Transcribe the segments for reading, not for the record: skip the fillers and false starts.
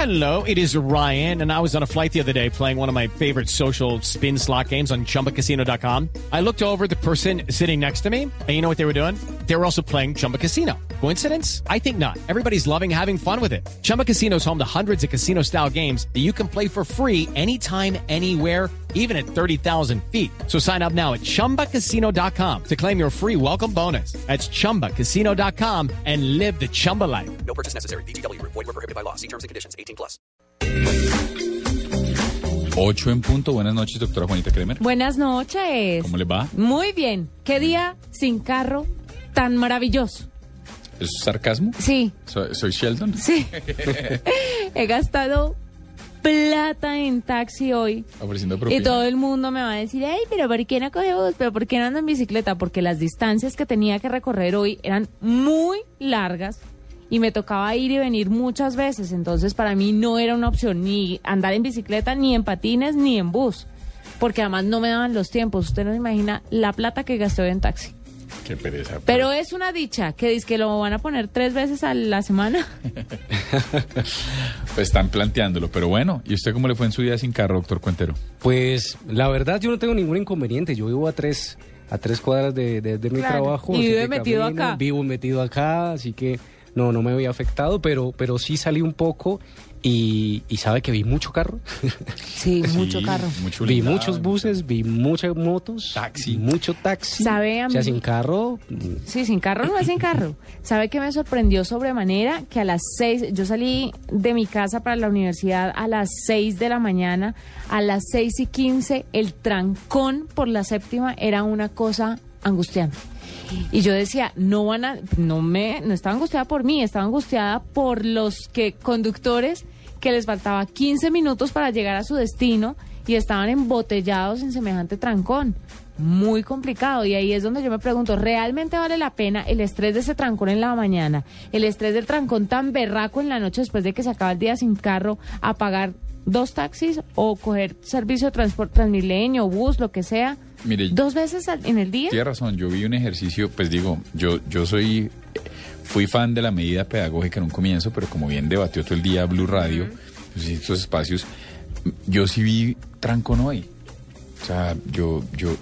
Hello, it is Ryan, and I was on a flight the other day playing one of my favorite social spin slot games on ChumbaCasino.com. I looked over at the person sitting next to me, and you know what they were doing? They were also playing Chumba Casino. Coincidence? I think not. Everybody's loving having fun with it. Chumba Casino is home to hundreds of casino-style games that you can play for free anytime, anywhere, even at 30,000 feet. So sign up now at ChumbaCasino.com to claim your free welcome bonus. That's ChumbaCasino.com and live the Chumba life. No purchase necessary. VGW. Void were prohibited by law. See terms and conditions. 18+. 8 en punto. Buenas noches, doctora Juanita Kremer. Buenas noches. ¿Cómo le va? Muy bien. ¿Qué día sin carro tan maravilloso? ¿Es sarcasmo? Sí. ¿Soy Sheldon? Sí. He gastado plata en taxi hoy. Ofreciendo propina. Y todo el mundo me va a decir, hey, pero ¿por qué no coge bus? ¿Pero por qué no ando en bicicleta? Porque las distancias que tenía que recorrer hoy eran muy largas y me tocaba ir y venir muchas veces. Entonces, para mí no era una opción ni andar en bicicleta, ni en patines, ni en bus. Porque además no me daban los tiempos. Usted no se imagina la plata que gasté hoy en taxi. Qué pereza. Pero es una dicha, que dice que lo van a poner 3 veces a la semana. Pues están planteándolo, pero bueno. ¿Y usted cómo le fue en su día sin carro, doctor Cuentero? Pues la verdad yo no tengo ningún inconveniente. Yo vivo a tres cuadras de mi trabajo. Y así vive que metido acá. Vivo metido acá, así que no me había afectado, pero sí salí un poco y sabe que vi mucho carro. Sí, mucho carro. Mucho Vi blindado, muchos buses, vi muchas motos. Taxi. Mucho taxi. ¿Sabe a O sea, mí? sin carro. Sí, sin carro no es sin carro. ¿Sabe qué me sorprendió sobremanera? Que a las 6, yo salí de mi casa para la universidad a las 6 de la mañana, a las 6:15 el trancón por la séptima era una cosa angustiante. Y yo decía, no estaba angustiada por mí, estaba angustiada por los conductores que les faltaba 15 minutos para llegar a su destino y estaban embotellados en semejante trancón. Muy complicado, y ahí es donde yo me pregunto, ¿realmente vale la pena el estrés de ese trancón en la mañana, el estrés del trancón tan berraco en la noche después de que se acaba el día sin carro, a pagar 2 taxis o coger servicio de transporte Transmilenio, bus, lo que sea, Mire, 2 veces en el día? Tiene razón, yo vi un ejercicio, pues digo, yo fui fan de la medida pedagógica en un comienzo, pero como bien debatió todo el día Blue Radio, pues, estos espacios, yo sí vi trancón hoy. O sea, yo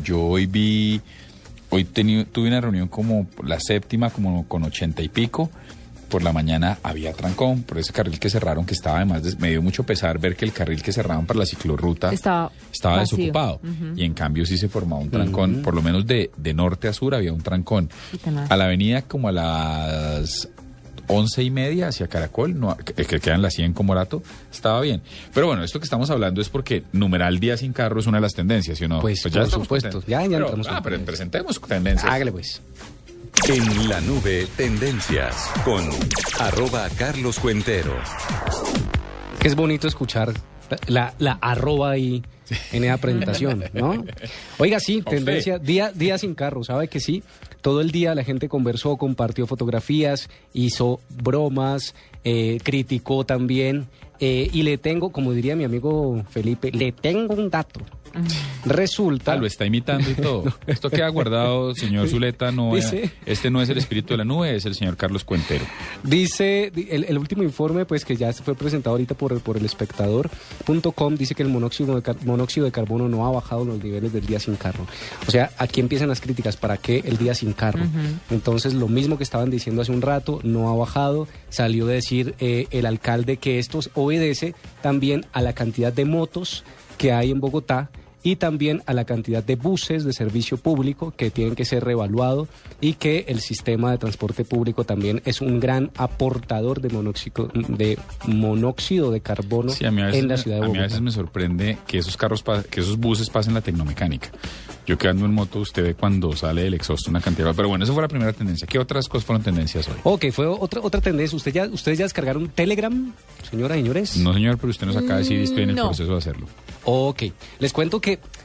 tuve una reunión como la séptima, como con 80 y pico. Por la mañana había trancón por ese carril que cerraron, que estaba además, me dio mucho pesar ver que el carril que cerraban para la ciclorruta estaba desocupado. Y en cambio sí se formaba un trancón, por lo menos de norte a sur había un trancón. A la avenida como a las 11:30 hacia Caracol, que quedan las 100 con Morato, estaba bien. Pero bueno, esto que estamos hablando es porque numeral día sin carro es una de las tendencias, ¿sí o no? Pues ya por supuesto, ya entramos. Pero presentemos tendencias. Hágale pues. En la nube, tendencias con @Carlos Cuentero. Que es bonito escuchar la arroba ahí en esa presentación, ¿no? Oiga, sí, tendencia, día sin carro, ¿sabe que sí? Todo el día la gente conversó, compartió fotografías, hizo bromas, criticó también, y le tengo, como diría mi amigo Felipe, le tengo un dato. Resulta... lo está imitando y todo. Esto queda guardado, señor Zuleta. Este no es el espíritu de la nube, es el señor Carlos Cuentero. Dice el último informe, pues que ya se fue presentado ahorita por el espectador.com, dice que el monóxido de carbono no ha bajado los niveles del día sin carro. O sea, aquí empiezan las críticas. ¿Para qué el día sin carro? Entonces, lo mismo que estaban diciendo hace un rato, no ha bajado. Salió a decir el alcalde que esto obedece también a la cantidad de motos que hay en Bogotá y también a la cantidad de buses de servicio público que tienen que ser reevaluados, y que el sistema de transporte público también es un gran aportador de monóxido de carbono en la ciudad de Bogotá. A mí a veces me sorprende que esos buses pasen la tecnomecánica. Yo que ando en moto, usted ve cuando sale del exhausto una cantidad. Pero bueno, esa fue la primera tendencia. ¿Qué otras cosas fueron tendencias hoy? Ok, fue otra tendencia. ¿Ustedes ya descargaron Telegram, señoras y señores? No, señor, pero usted nos acaba de decir y estoy en el proceso de hacerlo. Ok, les cuento que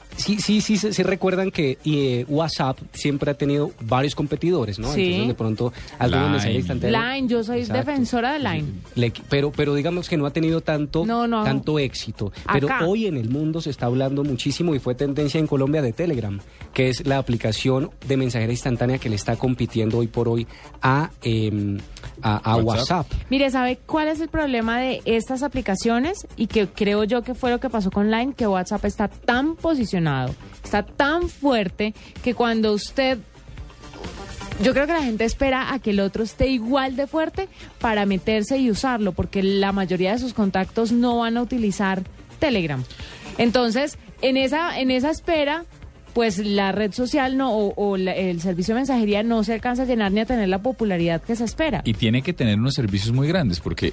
Sí recuerdan que WhatsApp siempre ha tenido varios competidores, ¿no? Sí. Entonces de pronto algunos mensajes instantáneos. Line, yo soy defensora de Line. Pero digamos que no ha tenido tanto éxito. Pero hoy en el mundo se está hablando muchísimo y fue tendencia en Colombia de Telegram, que es la aplicación de mensajería instantánea que le está compitiendo hoy por hoy a WhatsApp. Mire, ¿sabe cuál es el problema de estas aplicaciones? Y que creo yo que fue lo que pasó con Line, que WhatsApp está tan posicionado, está tan fuerte, que cuando usted... Yo creo que la gente espera a que el otro esté igual de fuerte para meterse y usarlo, porque la mayoría de sus contactos no van a utilizar Telegram. Entonces, en esa espera, pues la red social el servicio de mensajería no se alcanza a llenar ni a tener la popularidad que se espera. Y tiene que tener unos servicios muy grandes porque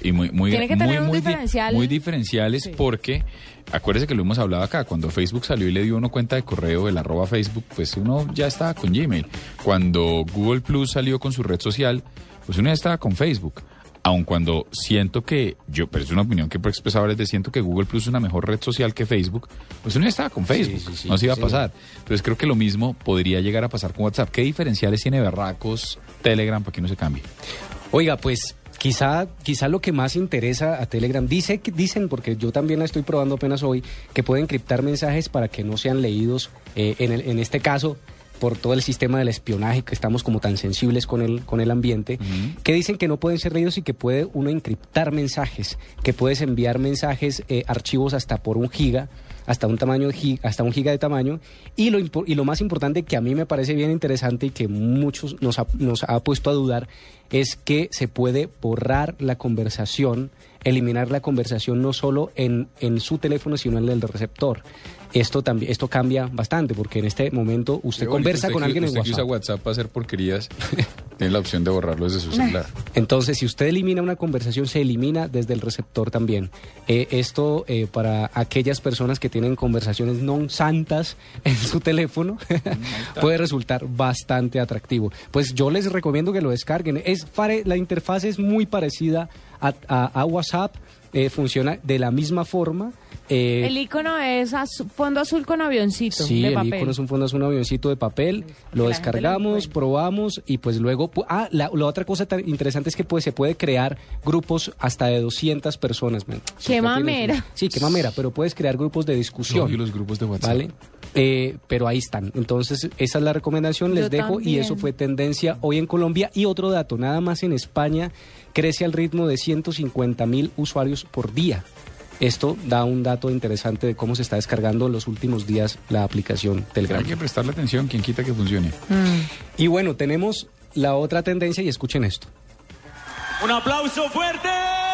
muy diferenciales, sí. Porque acuérdese que lo hemos hablado acá, cuando Facebook salió y le dio uno cuenta de correo, el @Facebook, pues uno ya estaba con Gmail. Cuando Google Plus salió con su red social, pues uno ya estaba con Facebook. Aun cuando siento que, pero es una opinión que he expresado desde, siento que Google Plus es una mejor red social que Facebook, pues uno ya estaba con Facebook, no se iba a pasar. Entonces creo que lo mismo podría llegar a pasar con WhatsApp. ¿Qué diferenciales tiene berracos Telegram para que no se cambie? Oiga, pues quizá lo que más interesa a Telegram, dicen, porque yo también la estoy probando apenas hoy, que puede encriptar mensajes para que no sean leídos, en este caso, por todo el sistema del espionaje, que estamos como tan sensibles con el ambiente, que dicen que no pueden ser leídos y que puede uno encriptar mensajes, que puedes enviar mensajes, archivos hasta por 1 giga, hasta un giga de tamaño, y lo más importante, que a mí me parece bien interesante y que muchos nos ha puesto a dudar, es que se puede borrar la conversación, eliminar la conversación no solo en su teléfono, sino en el del receptor. Esto cambia bastante, porque en este momento usted conversa con alguien en WhatsApp. Usted que usa WhatsApp para hacer porquerías, tiene la opción de borrarlo desde su celular. Entonces, si usted elimina una conversación, se elimina desde el receptor también. Esto para aquellas personas que tienen conversaciones non santas en su teléfono puede resultar bastante atractivo. Pues yo les recomiendo que lo descarguen. La interfaz es muy parecida a WhatsApp, funciona de la misma forma. El icono es fondo azul con avioncito de papel. Sí, el icono es un fondo azul, un avioncito de papel. Lo descargamos, probamos y pues luego... la otra cosa tan interesante es que se puede crear grupos hasta de 200 personas. Man. ¡Qué mamera! Sí, qué mamera, pero puedes crear grupos de discusión. Y los grupos de WhatsApp. ¿Vale? Pero ahí están. Entonces, esa es la recomendación, les dejo. También. Y eso fue tendencia hoy en Colombia. Y otro dato, nada más en España crece al ritmo de 150,000 usuarios por día. Esto da un dato interesante de cómo se está descargando en los últimos días la aplicación Telegram. Hay que prestarle atención, quien quita que funcione. Y bueno, tenemos la otra tendencia y escuchen esto. ¡Un aplauso fuerte!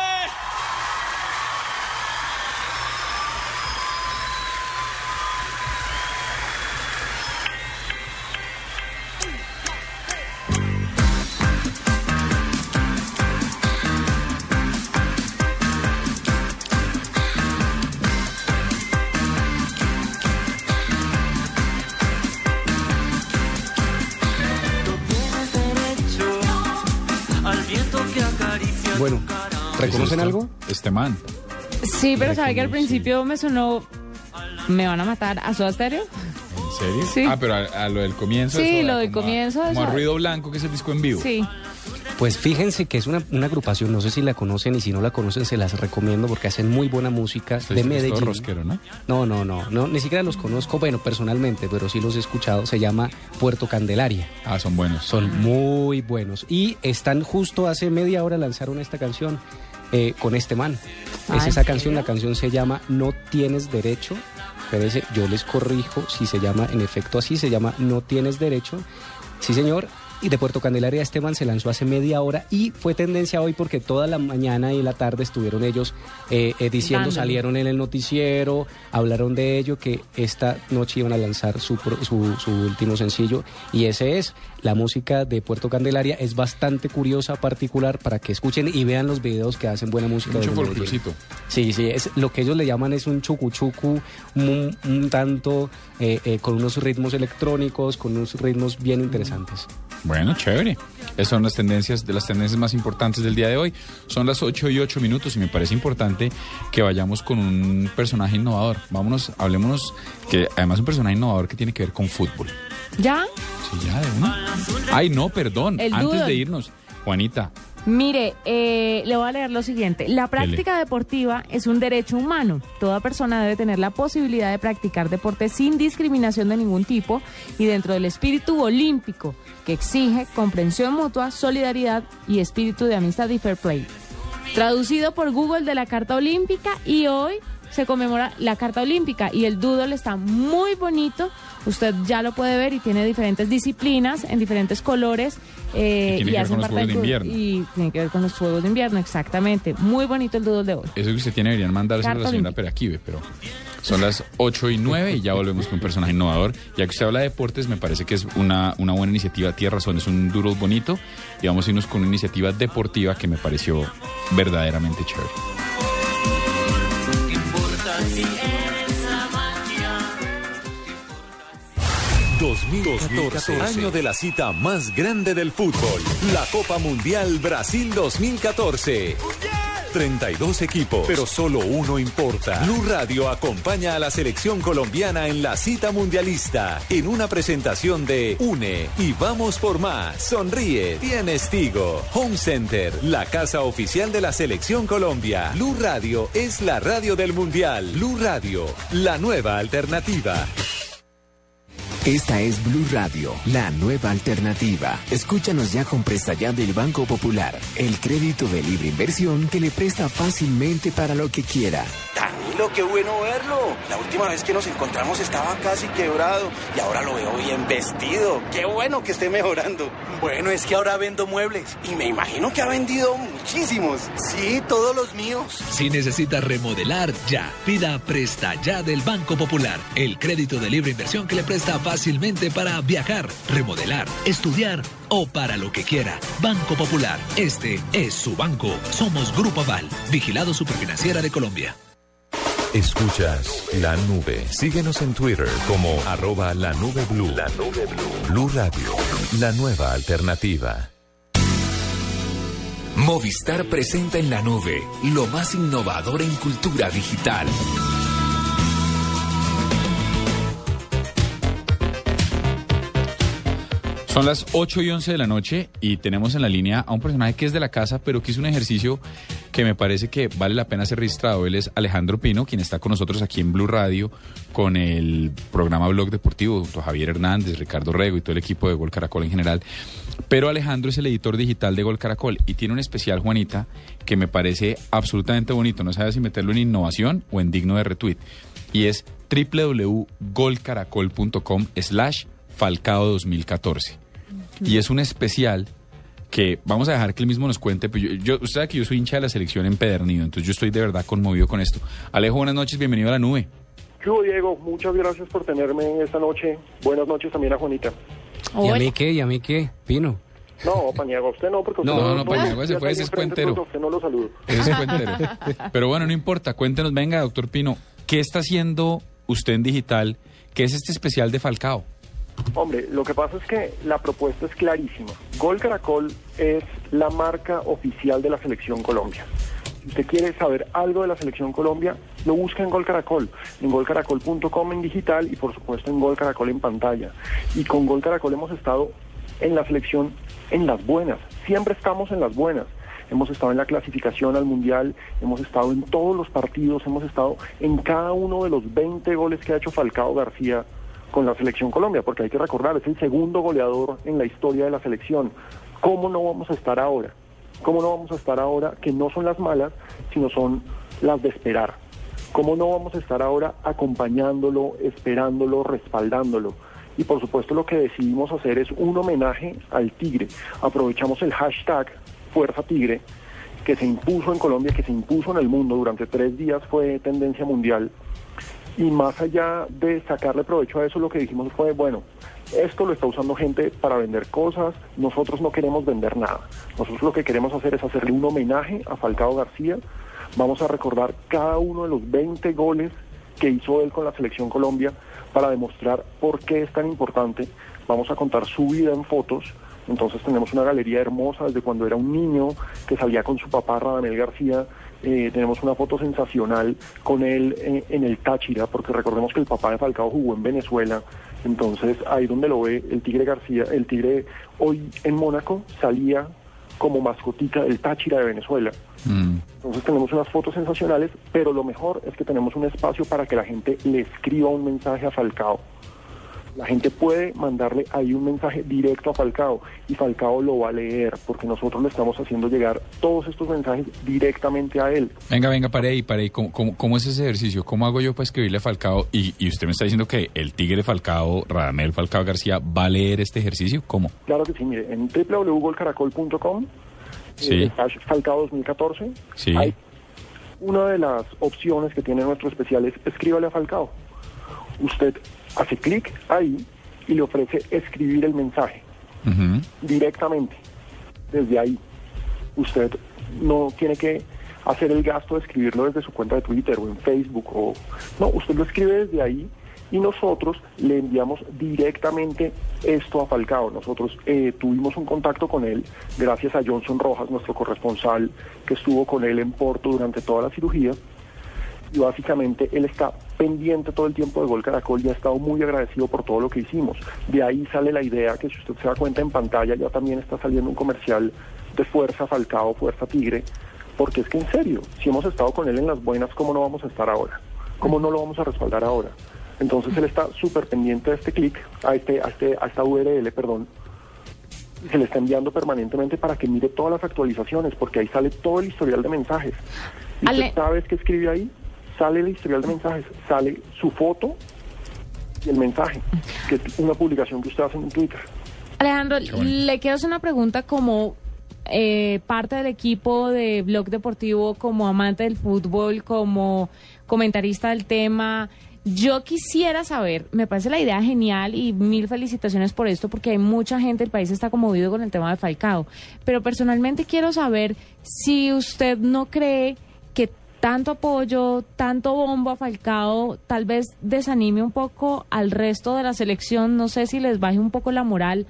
Bueno, ¿reconocen algo? Este man. Sí, pero ¿sabe que al principio me sonó... ¿Me van a matar? ¿A Soda Stereo? ¿En serio? Sí. Pero a lo del comienzo. Sí, lo del comienzo. Como a Ruido Blanco, que es el disco en vivo. Sí. Pues fíjense que es una agrupación, no sé si la conocen, y si no la conocen se las recomiendo porque hacen muy buena música de Medellín. Es todo rosquero, ¿no? No, ni siquiera los conozco, bueno, personalmente, pero sí los he escuchado. Se llama Puerto Candelaria. Ah, son buenos. Son muy buenos. Y están justo hace media hora lanzaron esta canción con este man. Es esa canción, la canción se llama No Tienes Derecho. Espérese, yo les corrijo si se llama, en efecto así, se llama No Tienes Derecho. Sí, señor. Y de Puerto Candelaria, Esteban se lanzó hace media hora y fue tendencia hoy porque toda la mañana y la tarde estuvieron ellos diciendo, salieron en el noticiero, hablaron de ello, que esta noche iban a lanzar su último sencillo, y ese es la música de Puerto Candelaria. Es bastante curiosa, particular, para que escuchen y vean los videos que hacen buena música. Mucho folclorcito. Sí, es lo que ellos le llaman es un chucu-chucu, un tanto con unos ritmos electrónicos, con unos ritmos bien interesantes. Bueno. Bueno, chévere. Esas son las tendencias más importantes del día de hoy. Son las 8:08 y me parece importante que vayamos con un personaje innovador. Hablémonos, que además un personaje innovador que tiene que ver con fútbol. ¿Ya? Sí, ya, de una. Ay, no, perdón. Antes de irnos, Juanita. Mire, le voy a leer lo siguiente. La práctica deportiva es un derecho humano. Toda persona debe tener la posibilidad de practicar deporte sin discriminación de ningún tipo y dentro del espíritu olímpico que exige comprensión mutua, solidaridad y espíritu de amistad y fair play. Traducido por Google de la Carta Olímpica, y hoy se conmemora la Carta Olímpica y el doodle está muy bonito. Usted ya lo puede ver y tiene diferentes disciplinas en diferentes colores. Y tiene que ver con los Juegos de Invierno. Y tiene que ver con los Juegos de Invierno, exactamente. Muy bonito el doodle de hoy. Eso que usted tiene deberían mandárselo a la señora Peraquive, pero son las 8:09 y ya volvemos con un personaje innovador. Ya que usted habla de deportes, me parece que es una buena iniciativa. Tiene razón, es un doodle bonito. Y vamos a irnos con una iniciativa deportiva que me pareció verdaderamente chévere. 2014, año de la cita más grande del fútbol, la Copa Mundial Brasil 2014. 32 equipos, pero solo uno importa. Blue Radio acompaña a la selección colombiana en la cita mundialista, en una presentación de Une y vamos por más. Sonríe, tienes Tigo. Home Center, la casa oficial de la selección Colombia. Blue Radio es la radio del Mundial. Blue Radio, la nueva alternativa. Esta es Blue Radio, la nueva alternativa. Escúchanos ya con Presta Ya del Banco Popular, el crédito de libre inversión que le presta fácilmente para lo que quiera. Danilo, qué bueno verlo. La última vez que nos encontramos estaba casi quebrado y ahora lo veo bien vestido. Qué bueno que esté mejorando. Bueno, es que ahora vendo muebles y me imagino que ha vendido muchísimos. Sí, todos los míos. Si necesita remodelar, ya. Pida Presta Ya del Banco Popular, el crédito de libre inversión que le presta fácilmente para viajar, remodelar, estudiar o para lo que quiera. Banco Popular, este es su banco. Somos Grupo Aval, vigilado Superfinanciera de Colombia. Escuchas La Nube. Síguenos en Twitter como @lanubeblu. La Nube Blue. Blue Radio, la nueva alternativa. Movistar presenta en la nube lo más innovador en cultura digital. Son las 8:11 de la noche y tenemos en la línea a un personaje que es de la casa, pero que hizo un ejercicio que me parece que vale la pena ser registrado. Él es Alejandro Pino, quien está con nosotros aquí en Blue Radio con el programa Blog Deportivo, junto a Javier Hernández, Ricardo Rego y todo el equipo de Gol Caracol en general. Pero Alejandro es el editor digital de Gol Caracol y tiene un especial, Juanita, que me parece absolutamente bonito. No sabe si meterlo en innovación o en digno de retweet. Y es www.golcaracol.com/Falcao 2014. Y es un especial que vamos a dejar que él mismo nos cuente. Pues usted sabe que yo soy hincha de la selección empedernido, entonces yo estoy de verdad conmovido con esto. Alejo, buenas noches, bienvenido a la nube. Yo, Diego, muchas gracias por tenerme en esta noche. Buenas noches también a Juanita. ¿Y a mí qué? ¿Y a mí qué? Pino. No, Paniagua, usted no, porque usted no, Paniagua se fue, ese es cuentero. Usted no lo saludo. Ese es cuentero. Pero bueno, no importa, cuéntenos, venga, doctor Pino, ¿qué está haciendo usted en digital? ¿Qué es este especial de Falcao? Hombre, lo que pasa es que la propuesta es clarísima. Gol Caracol es la marca oficial de la Selección Colombia. Si usted quiere saber algo de la Selección Colombia, lo busca en Gol Caracol, en golcaracol.com en digital y por supuesto en Gol Caracol en pantalla. Y con Gol Caracol hemos estado en la selección en las buenas, siempre estamos en las buenas. Hemos estado en la clasificación al Mundial, hemos estado en todos los partidos, hemos estado en cada uno de los 20 goles que ha hecho Falcao García con la Selección Colombia, porque hay que recordar, es el segundo goleador en la historia de la selección. ¿Cómo no vamos a estar ahora? ¿Cómo no vamos a estar ahora que no son las malas, sino son las de esperar? ¿Cómo no vamos a estar ahora acompañándolo, esperándolo, respaldándolo? Y por supuesto lo que decidimos hacer es un homenaje al Tigre. Aprovechamos el hashtag Fuerza Tigre, que se impuso en Colombia, que se impuso en el mundo, durante 3 días fue tendencia mundial. Y más allá de sacarle provecho a eso, lo que dijimos fue, bueno, esto lo está usando gente para vender cosas, nosotros no queremos vender nada. Nosotros lo que queremos hacer es hacerle un homenaje a Falcao García. Vamos a recordar cada uno de los 20 goles que hizo él con la Selección Colombia para demostrar por qué es tan importante. Vamos a contar su vida en fotos, Entonces tenemos una galería hermosa desde cuando era un niño que salía con su papá Radamel García. Tenemos una foto sensacional con él en el Táchira, porque recordemos que el papá de Falcao jugó en Venezuela. Entonces ahí donde lo ve el Tigre García, el Tigre hoy en Mónaco salía como mascotica del Táchira de Venezuela. Entonces tenemos unas fotos sensacionales, pero lo mejor es que tenemos un espacio para que la gente le escriba un mensaje a Falcao. La gente puede mandarle ahí un mensaje directo a Falcao y Falcao lo va a leer, porque nosotros le estamos haciendo llegar todos estos mensajes directamente a él. Venga, pare ahí. ¿Cómo es ese ejercicio? ¿Cómo hago yo para escribirle a Falcao? Y usted me está diciendo que el Tigre Falcao, Radamel Falcao García, ¿va a leer este ejercicio? ¿Cómo? Claro que sí, mire, en www.golcaracol.com, sí. Falcao 2014, sí. Hay una de las opciones que tiene nuestro especial es escríbale a Falcao. Usted hace clic ahí y le ofrece escribir el mensaje directamente desde ahí. Usted no tiene que hacer el gasto de escribirlo desde su cuenta de Twitter o en Facebook no, usted lo escribe desde ahí y nosotros le enviamos directamente esto a Falcao. Nosotros tuvimos un contacto con él gracias a Johnson Rojas, nuestro corresponsal que estuvo con él en Porto durante toda la cirugía. Y básicamente él está pendiente todo el tiempo de Gol Caracol y ha estado muy agradecido por todo lo que hicimos. De ahí sale la idea que, si usted se da cuenta en pantalla, ya también está saliendo un comercial de Fuerza Falcao, Fuerza Tigre, porque es que en serio, si hemos estado con él en las buenas, ¿cómo no vamos a estar ahora? ¿Cómo no lo vamos a respaldar ahora? Entonces él está súper pendiente de este clic, a esta URL, y se le está enviando permanentemente para que mire todas las actualizaciones, porque ahí sale todo el historial de mensajes. ¿Y usted sabe qué escribe ahí? Sale el historial de mensajes, sale su foto y el mensaje, que es una publicación que usted hace en Twitter. Alejandro, le quiero hacer una pregunta como parte del equipo de Blog Deportivo, como amante del fútbol, como comentarista del tema. Yo quisiera saber, me parece la idea genial y mil felicitaciones por esto, porque hay mucha gente, el país está conmovido con el tema de Falcao, pero personalmente quiero saber si usted no cree que tanto apoyo, tanto bombo a Falcao, tal vez desanime un poco al resto de la selección, no sé si les baje un poco la moral.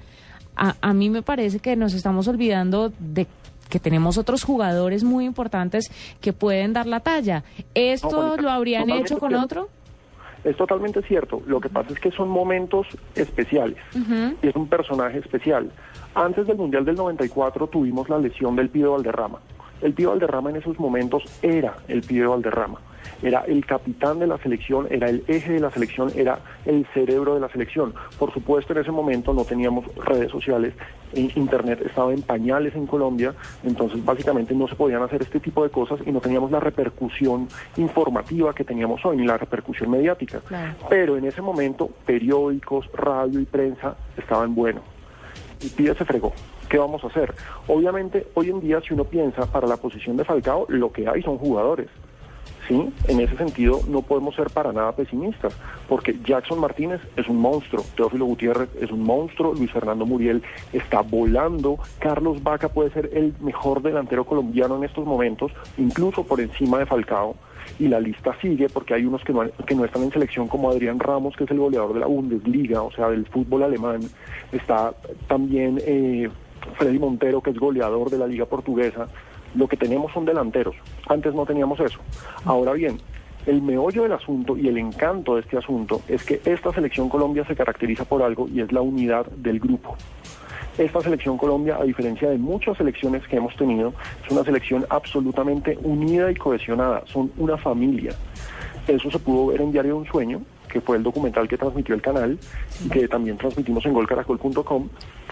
A mí me parece que nos estamos olvidando de que tenemos otros jugadores muy importantes que pueden dar la talla. ¿Esto lo habrían hecho con otro? Es totalmente cierto. Lo que pasa es que son momentos especiales y es un personaje especial. Antes del Mundial del 94 tuvimos la lesión del Pío Valderrama. El Pío Valderrama en esos momentos era el Pío Valderrama. Era el capitán de la selección, era el eje de la selección, era el cerebro de la selección. Por supuesto, en ese momento no teníamos redes sociales, Internet estaba en pañales en Colombia, entonces básicamente no se podían hacer este tipo de cosas y no teníamos la repercusión informativa que teníamos hoy, ni la repercusión mediática. Claro. Pero en ese momento, periódicos, radio y prensa estaban buenos. Y Pío se fregó. ¿Qué vamos a hacer? Obviamente, hoy en día, si uno piensa para la posición de Falcao, lo que hay son jugadores. Sí, en ese sentido no podemos ser para nada pesimistas, porque Jackson Martínez es un monstruo, Teófilo Gutiérrez es un monstruo, Luis Fernando Muriel está volando, Carlos Vaca puede ser el mejor delantero colombiano en estos momentos, incluso por encima de Falcao, y la lista sigue porque hay unos que no están en selección, como Adrián Ramos, que es el goleador de la Bundesliga, o sea, del fútbol alemán. Está también Freddy Montero, que es goleador de la Liga Portuguesa. Lo que tenemos son delanteros. Antes no teníamos eso. Ahora bien, el meollo del asunto y el encanto de este asunto es que esta selección Colombia se caracteriza por algo, y es la unidad del grupo. Esta selección Colombia, a diferencia de muchas selecciones que hemos tenido, es una selección absolutamente unida y cohesionada. Son una familia. Eso se pudo ver en Diario de un Sueño, que fue el documental que transmitió el canal, y que también transmitimos en golcaracol.com.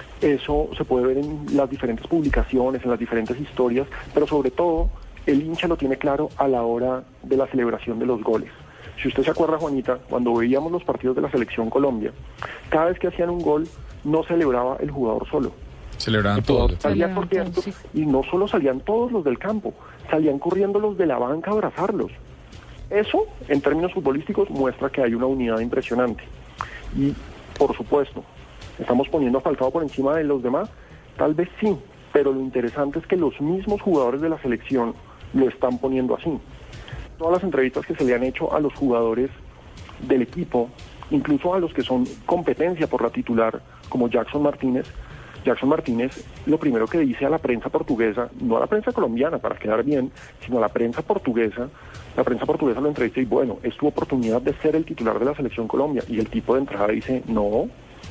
Eso se puede ver en las diferentes publicaciones, en las diferentes historias, pero sobre todo el hincha lo tiene claro a la hora de la celebración de los goles. Si usted se acuerda, Juanita, cuando veíamos los partidos de la selección Colombia, cada vez que hacían un gol no celebraba el jugador solo. Celebraban todos. Salía corriendo, sí. Y no solo salían todos los del campo, salían corriendo los de la banca a abrazarlos. Eso, en términos futbolísticos, muestra que hay una unidad impresionante. Y, por supuesto, ¿estamos poniendo a Falcao por encima de los demás? Tal vez sí, pero lo interesante es que los mismos jugadores de la selección lo están poniendo así. Todas las entrevistas que se le han hecho a los jugadores del equipo, incluso a los que son competencia por la titular, como Jackson Martínez, Jackson Martínez lo primero que dice a la prensa portuguesa, no a la prensa colombiana para quedar bien, sino a la prensa portuguesa lo entrevista y bueno, es tu oportunidad de ser el titular de la Selección Colombia. Y el tipo de entrada dice, no,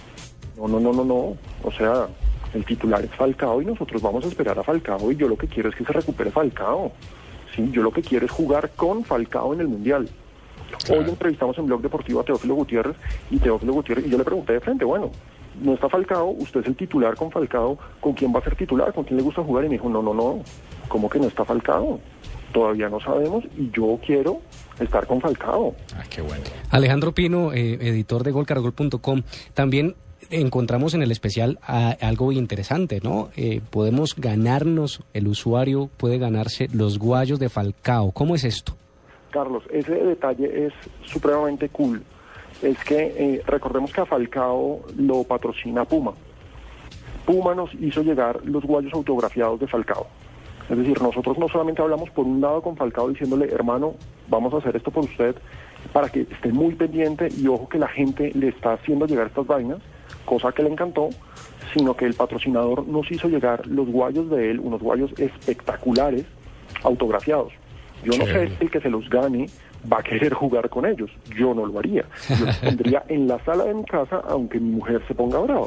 o sea, el titular es Falcao y nosotros vamos a esperar a Falcao y yo lo que quiero es que se recupere Falcao. Sí, yo lo que quiero es jugar con Falcao en el Mundial. Hoy entrevistamos en Blog Deportivo a Teófilo Gutiérrez y yo le pregunté de frente, bueno, no está Falcao, usted es el titular con Falcao, ¿con quién va a ser titular? ¿Con quién le gusta jugar? Y me dijo, no, ¿cómo que no está Falcao? Todavía no sabemos y yo quiero estar con Falcao. Qué bueno. Alejandro Pino, editor de golcaracol.com, también encontramos en el especial algo interesante, ¿no? Podemos ganarnos, el usuario puede ganarse los guayos de Falcao. ¿Cómo es esto? Carlos, ese detalle es supremamente cool. Es que recordemos que a Falcao lo patrocina Puma. Puma nos hizo llegar los guayos autografiados de Falcao. Es decir, nosotros no solamente hablamos por un lado con Falcao diciéndole, hermano, vamos a hacer esto por usted, para que esté muy pendiente y ojo que la gente le está haciendo llegar estas vainas, cosa que le encantó, sino que el patrocinador nos hizo llegar los guayos de él, unos guayos espectaculares, autografiados. Yo no sé si el que se los gane va a querer jugar con ellos. Yo no lo haría. Yo los pondría en la sala de mi casa, aunque mi mujer se ponga brava.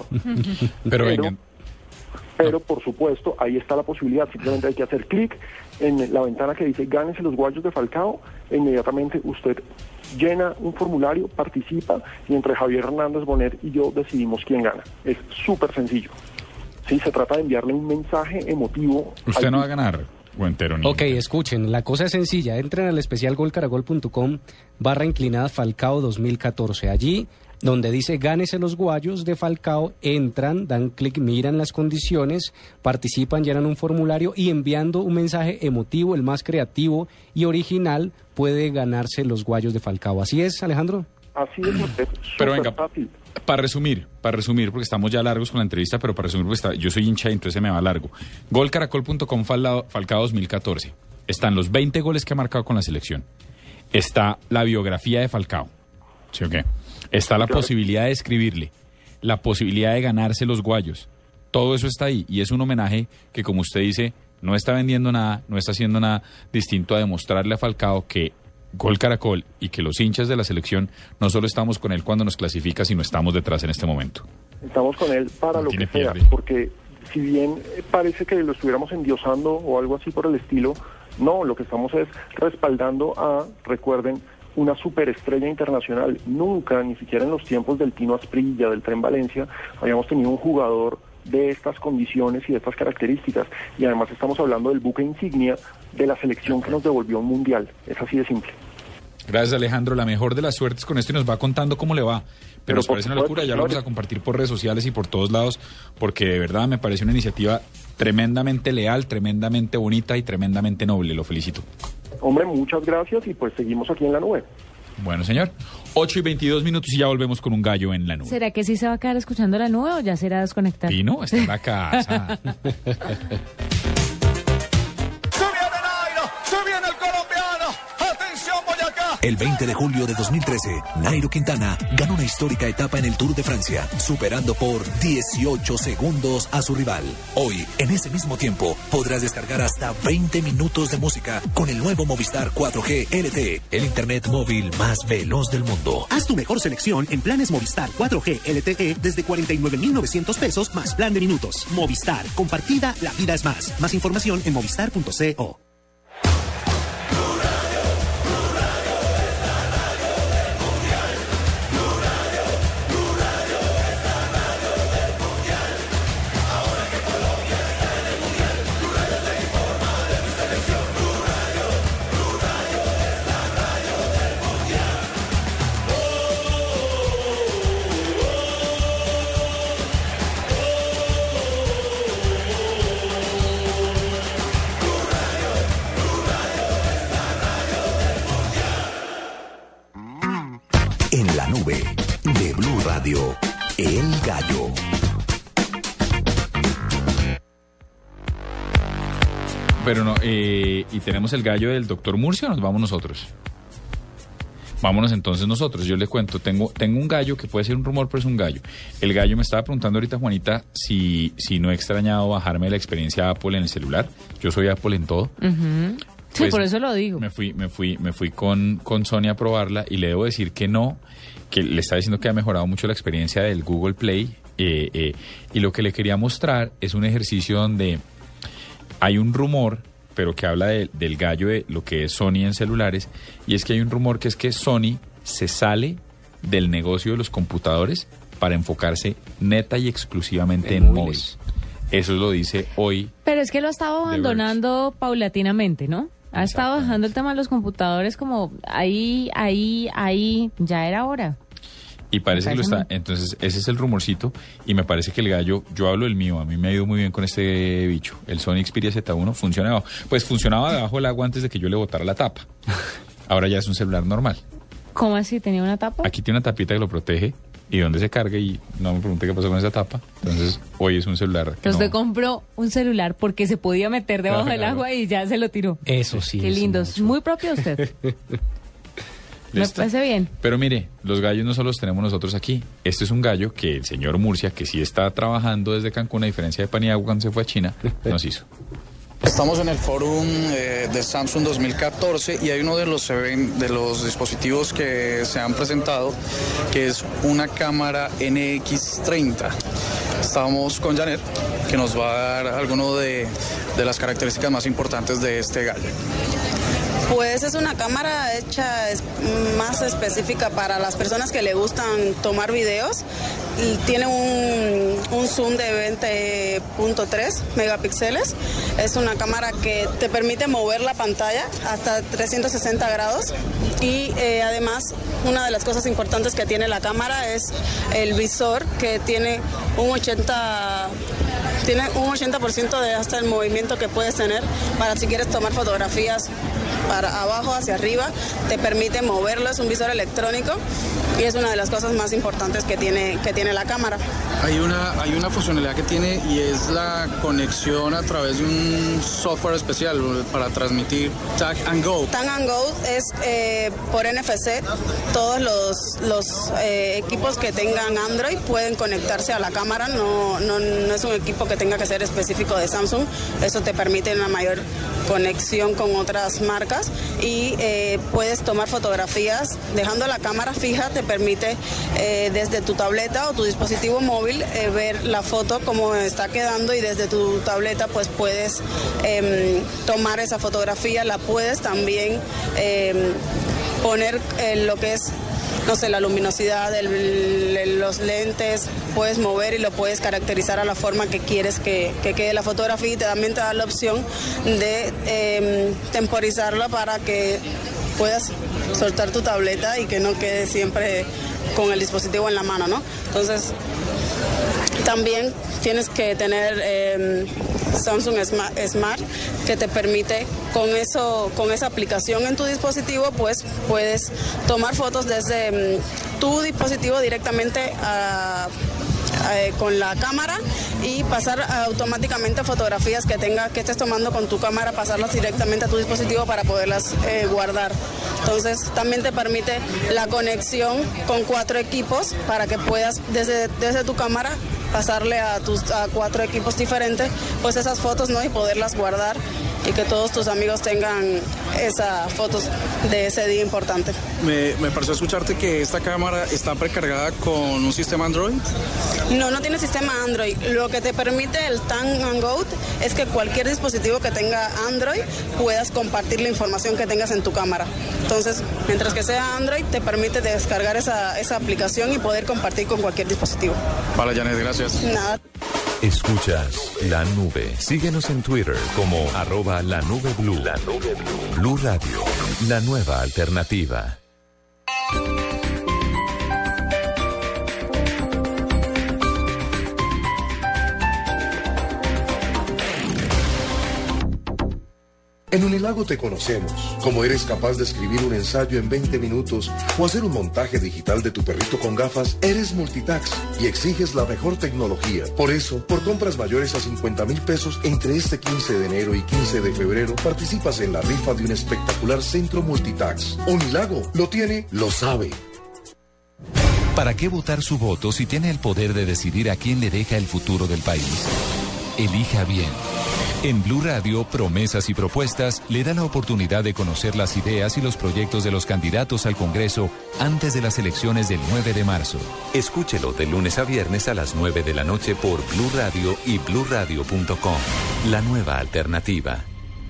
Pero por supuesto, ahí está la posibilidad. Simplemente hay que hacer clic en la ventana que dice gánese los guayos de Falcao. E inmediatamente usted llena un formulario, participa y entre Javier Hernández Bonet y yo decidimos quién gana. Es súper sencillo. Sí, se trata de enviarle un mensaje emotivo. Usted no va a ganar. Ok, escuchen, la cosa es sencilla. Entren al especial golcaracol.com/inclinada Falcao 2014. Allí, donde dice gánese los guayos de Falcao, entran, dan clic, miran las condiciones, participan, llenan un formulario y enviando un mensaje emotivo, el más creativo y original, puede ganarse los guayos de Falcao. ¿Así es, Alejandro? Así es, pero venga, para resumir, porque estamos ya largos con la entrevista, pero para resumir, porque yo soy hincha y entonces se me va largo. Golcaracol.com Falcao 2014. Están los 20 goles que ha marcado con la selección. Está la biografía de Falcao. ¿Sí o qué? Está la posibilidad de escribirle, la posibilidad de ganarse los guayos. Todo eso está ahí y es un homenaje que, como usted dice, no está vendiendo nada, no está haciendo nada distinto a demostrarle a Falcao que Gol Caracol y que los hinchas de la selección no solo estamos con él cuando nos clasifica, sino estamos detrás en este momento. Estamos con él para lo que sea, porque si bien parece que lo estuviéramos endiosando o algo así por el estilo, no, lo que estamos es respaldando a, recuerden, una superestrella internacional. Nunca, ni siquiera en los tiempos del Tino Asprilla, del Tren Valencia, habíamos tenido un jugador de estas condiciones y de estas características. Y además estamos hablando del buque insignia de la selección que nos devolvió un mundial. Es así de simple. Gracias, Alejandro. La mejor de las suertes con esto y nos va contando cómo le va. Pero nos parece una locura, ya lo vamos a compartir por redes sociales y por todos lados, porque de verdad me parece una iniciativa tremendamente leal, tremendamente bonita y tremendamente noble. Lo felicito. Hombre, muchas gracias y pues seguimos aquí en la nube. Bueno, señor. 8:22 y ya volvemos con un gallo en la nube. ¿Será que sí se va a quedar escuchando la nube o ya será desconectar? Y no, está en la casa. El 20 de julio de 2013, Nairo Quintana ganó una histórica etapa en el Tour de Francia, superando por 18 segundos a su rival. Hoy, en ese mismo tiempo, podrás descargar hasta 20 minutos de música con el nuevo Movistar 4G LTE, el internet móvil más veloz del mundo. Haz tu mejor selección en planes Movistar 4G LTE desde 49.900 pesos más plan de minutos. Movistar, compartida, la vida es más. Más información en movistar.co. En la nube de Blue Radio, El Gallo. Pero no, y tenemos el gallo del doctor Murcia, ¿o nos vamos nosotros? Vámonos entonces nosotros. Yo le cuento, tengo un gallo que puede ser un rumor, pero es un gallo. El gallo me estaba preguntando ahorita, Juanita, si no he extrañado bajarme la experiencia Apple en el celular. Yo soy Apple en todo. Uh-huh. Sí, Pues, por eso lo digo. Me fui con Sony a probarla y le debo decir que no, que le está diciendo que ha mejorado mucho la experiencia del Google Play. Y lo que le quería mostrar es un ejercicio donde hay un rumor, pero que habla del gallo de lo que es Sony en celulares, y es que hay un rumor que es que Sony se sale del negocio de los computadores para enfocarse neta y exclusivamente en móviles. Eso lo dice hoy. Pero es que lo ha estado abandonando paulatinamente, ¿no? Ha estado dejando el tema de los computadores como ahí, ya era hora. Y parece que lo está. Entonces, ese es el rumorcito. Y me parece que el gallo, yo hablo del mío, a mí me ha ido muy bien con este bicho. El Sony Xperia Z1 funciona debajo. Pues funcionaba debajo del agua antes de que yo le botara la tapa. Ahora ya es un celular normal. ¿Cómo así? ¿Tenía una tapa? Aquí tiene una tapita que lo protege y donde se cargue, y no me pregunte qué pasó con esa tapa. Entonces, hoy es un celular. Entonces usted compró un celular porque se podía meter debajo del agua y ya se lo tiró. Eso sí. Qué lindo. Es muy propio de usted. Me parece bien. Pero mire, los gallos no solo los tenemos nosotros aquí. Este es un gallo que el señor Murcia, que sí está trabajando desde Cancún, a diferencia de Paniagua cuando se fue a China, nos hizo. Estamos en el Fórum de Samsung 2014 y hay uno de los dispositivos que se han presentado, que es una cámara NX30. Estamos con Janet, que nos va a dar algunas de las características más importantes de este gallo. Pues es una cámara hecha más específica para las personas que le gustan tomar videos. Tiene un zoom de 20.3 megapíxeles. Es una cámara que te permite mover la pantalla hasta 360 grados. Y además, una de las cosas importantes que tiene la cámara es el visor, que tiene un 80% de hasta el movimiento que puedes tener para si quieres tomar fotografías para abajo hacia arriba, te permite moverlo, es un visor electrónico y es una de las cosas más importantes que tiene la cámara. Hay una funcionalidad que tiene y es la conexión a través de un software especial para transmitir Tag and Go. Tag and Go es por NFC. Todos los equipos que tengan Android pueden conectarse a la cámara, no es un equipo que tenga que ser específico de Samsung. Eso te permite una mayor conexión con otras marcas y puedes tomar fotografías dejando la cámara fija. Te permite desde tu tableta o tu dispositivo móvil ver la foto cómo está quedando, y desde tu tableta pues puedes tomar esa fotografía. La puedes también poner lo que es, no sé, la luminosidad de los lentes, puedes mover y lo puedes caracterizar a la forma que quieres que quede la fotografía, y también te da la opción de temporizarla para que puedas soltar tu tableta y que no quede siempre con el dispositivo en la mano, ¿no? Entonces, también tienes que tener Samsung Smart, que te permite con esa aplicación en tu dispositivo, pues puedes tomar fotos desde tu dispositivo directamente con la cámara y pasar automáticamente fotografías que estés tomando con tu cámara, pasarlas directamente a tu dispositivo para poderlas guardar. Entonces también te permite la conexión con 4 equipos para que puedas desde tu cámara pasarle a 4 equipos diferentes pues esas fotos, ¿no? Y poderlas guardar y que todos tus amigos tengan esas fotos de ese día importante. Me pareció escucharte que esta cámara está precargada con un sistema Android. No tiene sistema Android. Lo que te permite el Tag and Go es que cualquier dispositivo que tenga Android puedas compartir la información que tengas en tu cámara. Entonces, mientras que sea Android, te permite descargar esa aplicación y poder compartir con cualquier dispositivo. Vale, Janet, gracias. Nada. Escuchas La Nube. Síguenos en Twitter como @lanubeblu. La Nube Blue. Blue Radio, la nueva alternativa. En Unilago te conocemos. Como eres capaz de escribir un ensayo en 20 minutos o hacer un montaje digital de tu perrito con gafas, eres multitax y exiges la mejor tecnología. Por eso, por compras mayores a 50,000 pesos entre este 15 de enero y 15 de febrero, participas en la rifa de un espectacular centro multitax. Unilago lo tiene, lo sabe. ¿Para qué votar su voto si tiene el poder de decidir a quién le deja el futuro del país? Elija bien. En Blue Radio, Promesas y Propuestas le da la oportunidad de conocer las ideas y los proyectos de los candidatos al Congreso antes de las elecciones del 9 de marzo. Escúchelo de lunes a viernes a las 9 de la noche por Blue Radio y bluradio.com. La nueva alternativa.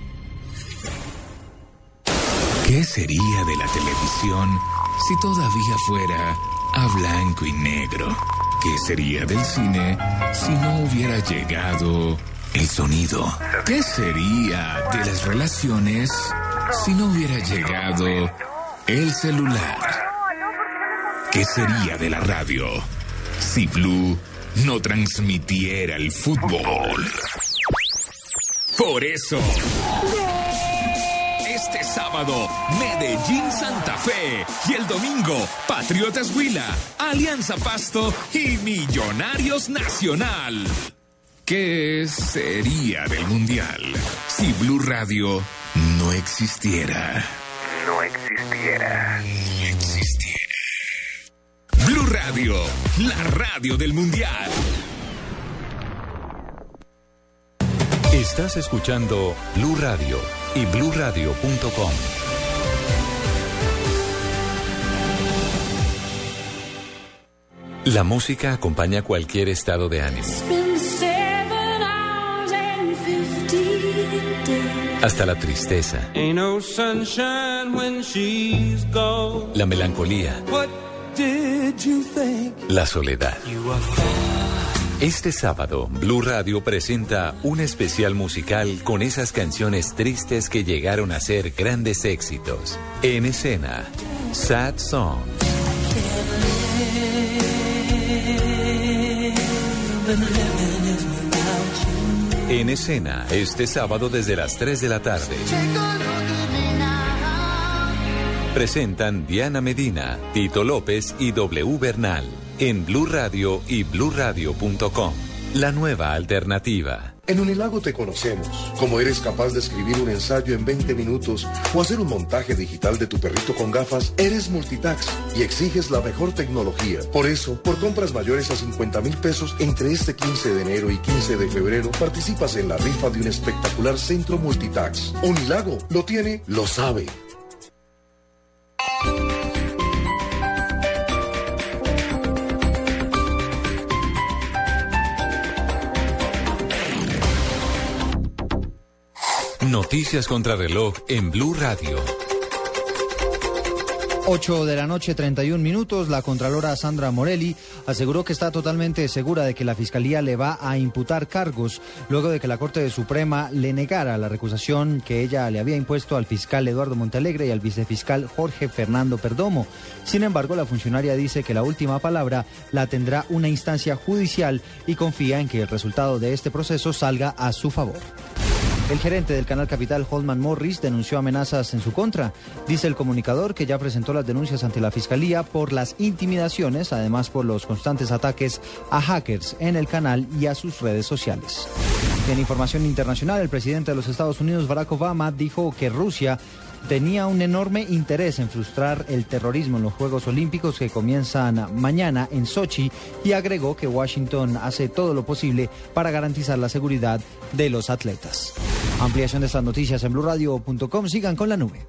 ¿Qué sería de la televisión si todavía fuera a blanco y negro? ¿Qué sería del cine si no hubiera llegado el sonido? ¿Qué sería de las relaciones si no hubiera llegado el celular? ¿Qué sería de la radio si Blue no transmitiera el fútbol? Por eso, este sábado, Medellín Santa Fe, y el domingo, Patriotas Huila, Alianza Pasto y Millonarios Nacional. ¿Qué sería del Mundial si Blue Radio no existiera? No existiera. Blue Radio, la radio del Mundial. Estás escuchando Blue Radio y bluradio.com. La música acompaña cualquier estado de ánimo. Hasta la tristeza. La melancolía. La soledad. Este sábado, Blue Radio presenta un especial musical con esas canciones tristes que llegaron a ser grandes éxitos. En escena, Sad Song. En escena, este sábado desde las 3 de la tarde. Presentan Diana Medina, Tito López y W Bernal. En Blue Radio y bluradio.com. La nueva alternativa. En Unilago te conocemos. Como eres capaz de escribir un ensayo en 20 minutos o hacer un montaje digital de tu perrito con gafas, eres multitax y exiges la mejor tecnología. Por eso, por compras mayores a 50,000 pesos entre este 15 de enero y 15 de febrero, participas en la rifa de un espectacular centro multitax. Unilago lo tiene, lo sabe. Noticias contra reloj en Blue Radio. 8 de la noche, 31 minutos. La contralora Sandra Morelli aseguró que está totalmente segura de que la Fiscalía le va a imputar cargos luego de que la Corte Suprema le negara la recusación que ella le había impuesto al fiscal Eduardo Montealegre y al vicefiscal Jorge Fernando Perdomo. Sin embargo, la funcionaria dice que la última palabra la tendrá una instancia judicial y confía en que el resultado de este proceso salga a su favor. El gerente del canal Capital, Holman Morris, denunció amenazas en su contra. Dice el comunicador que ya presentó las denuncias ante la Fiscalía por las intimidaciones, además por los constantes ataques a hackers en el canal y a sus redes sociales. En información internacional, el presidente de los Estados Unidos, Barack Obama, dijo que Rusia tenía un enorme interés en frustrar el terrorismo en los Juegos Olímpicos que comienzan mañana en Sochi y agregó que Washington hace todo lo posible para garantizar la seguridad de los atletas. Ampliación de estas noticias en bluradio.com. Sigan con la nube.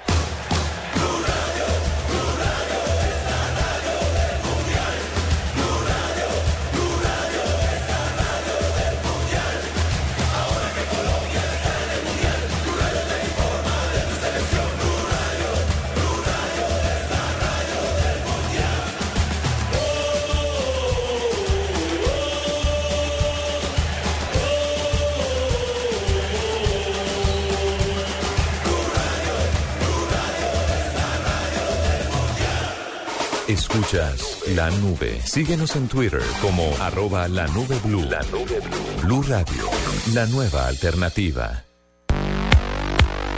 Escuchas La Nube. Síguenos en Twitter como @lanubeblu. La Nube Blue. Blue Radio, la nueva alternativa.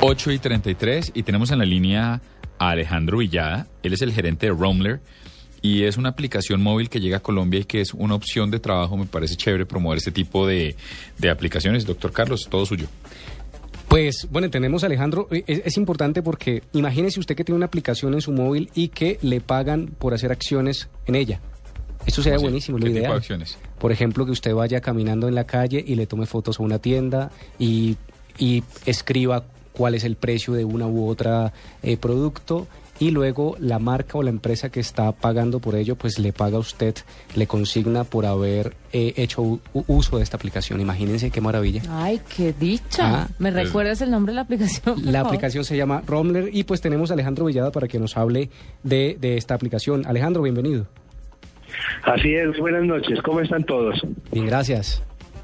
8:33 y tenemos en la línea a Alejandro Villada. Él es el gerente de Roamler y es una aplicación móvil que llega a Colombia y que es una opción de trabajo. Me parece chévere promover este tipo de aplicaciones. Doctor Carlos, todo suyo. Pues bueno, tenemos a Alejandro, es importante porque imagínese usted que tiene una aplicación en su móvil y que le pagan por hacer acciones en ella. Esto sería buenísimo, lo ideal. ¿Qué tipo de acciones? Por ejemplo, que usted vaya caminando en la calle y le tome fotos a una tienda y escriba cuál es el precio de una u otra producto, y luego la marca o la empresa que está pagando por ello pues le paga a usted, le consigna por haber hecho uso de esta aplicación. Imagínense qué maravilla. Ay, qué dicha. ¿Me recuerdas el nombre de la aplicación? La aplicación se llama Roamler y pues tenemos a Alejandro Villada para que nos hable de esta aplicación. Alejandro, bienvenido. Así es, buenas noches, ¿cómo están todos? Bien, gracias.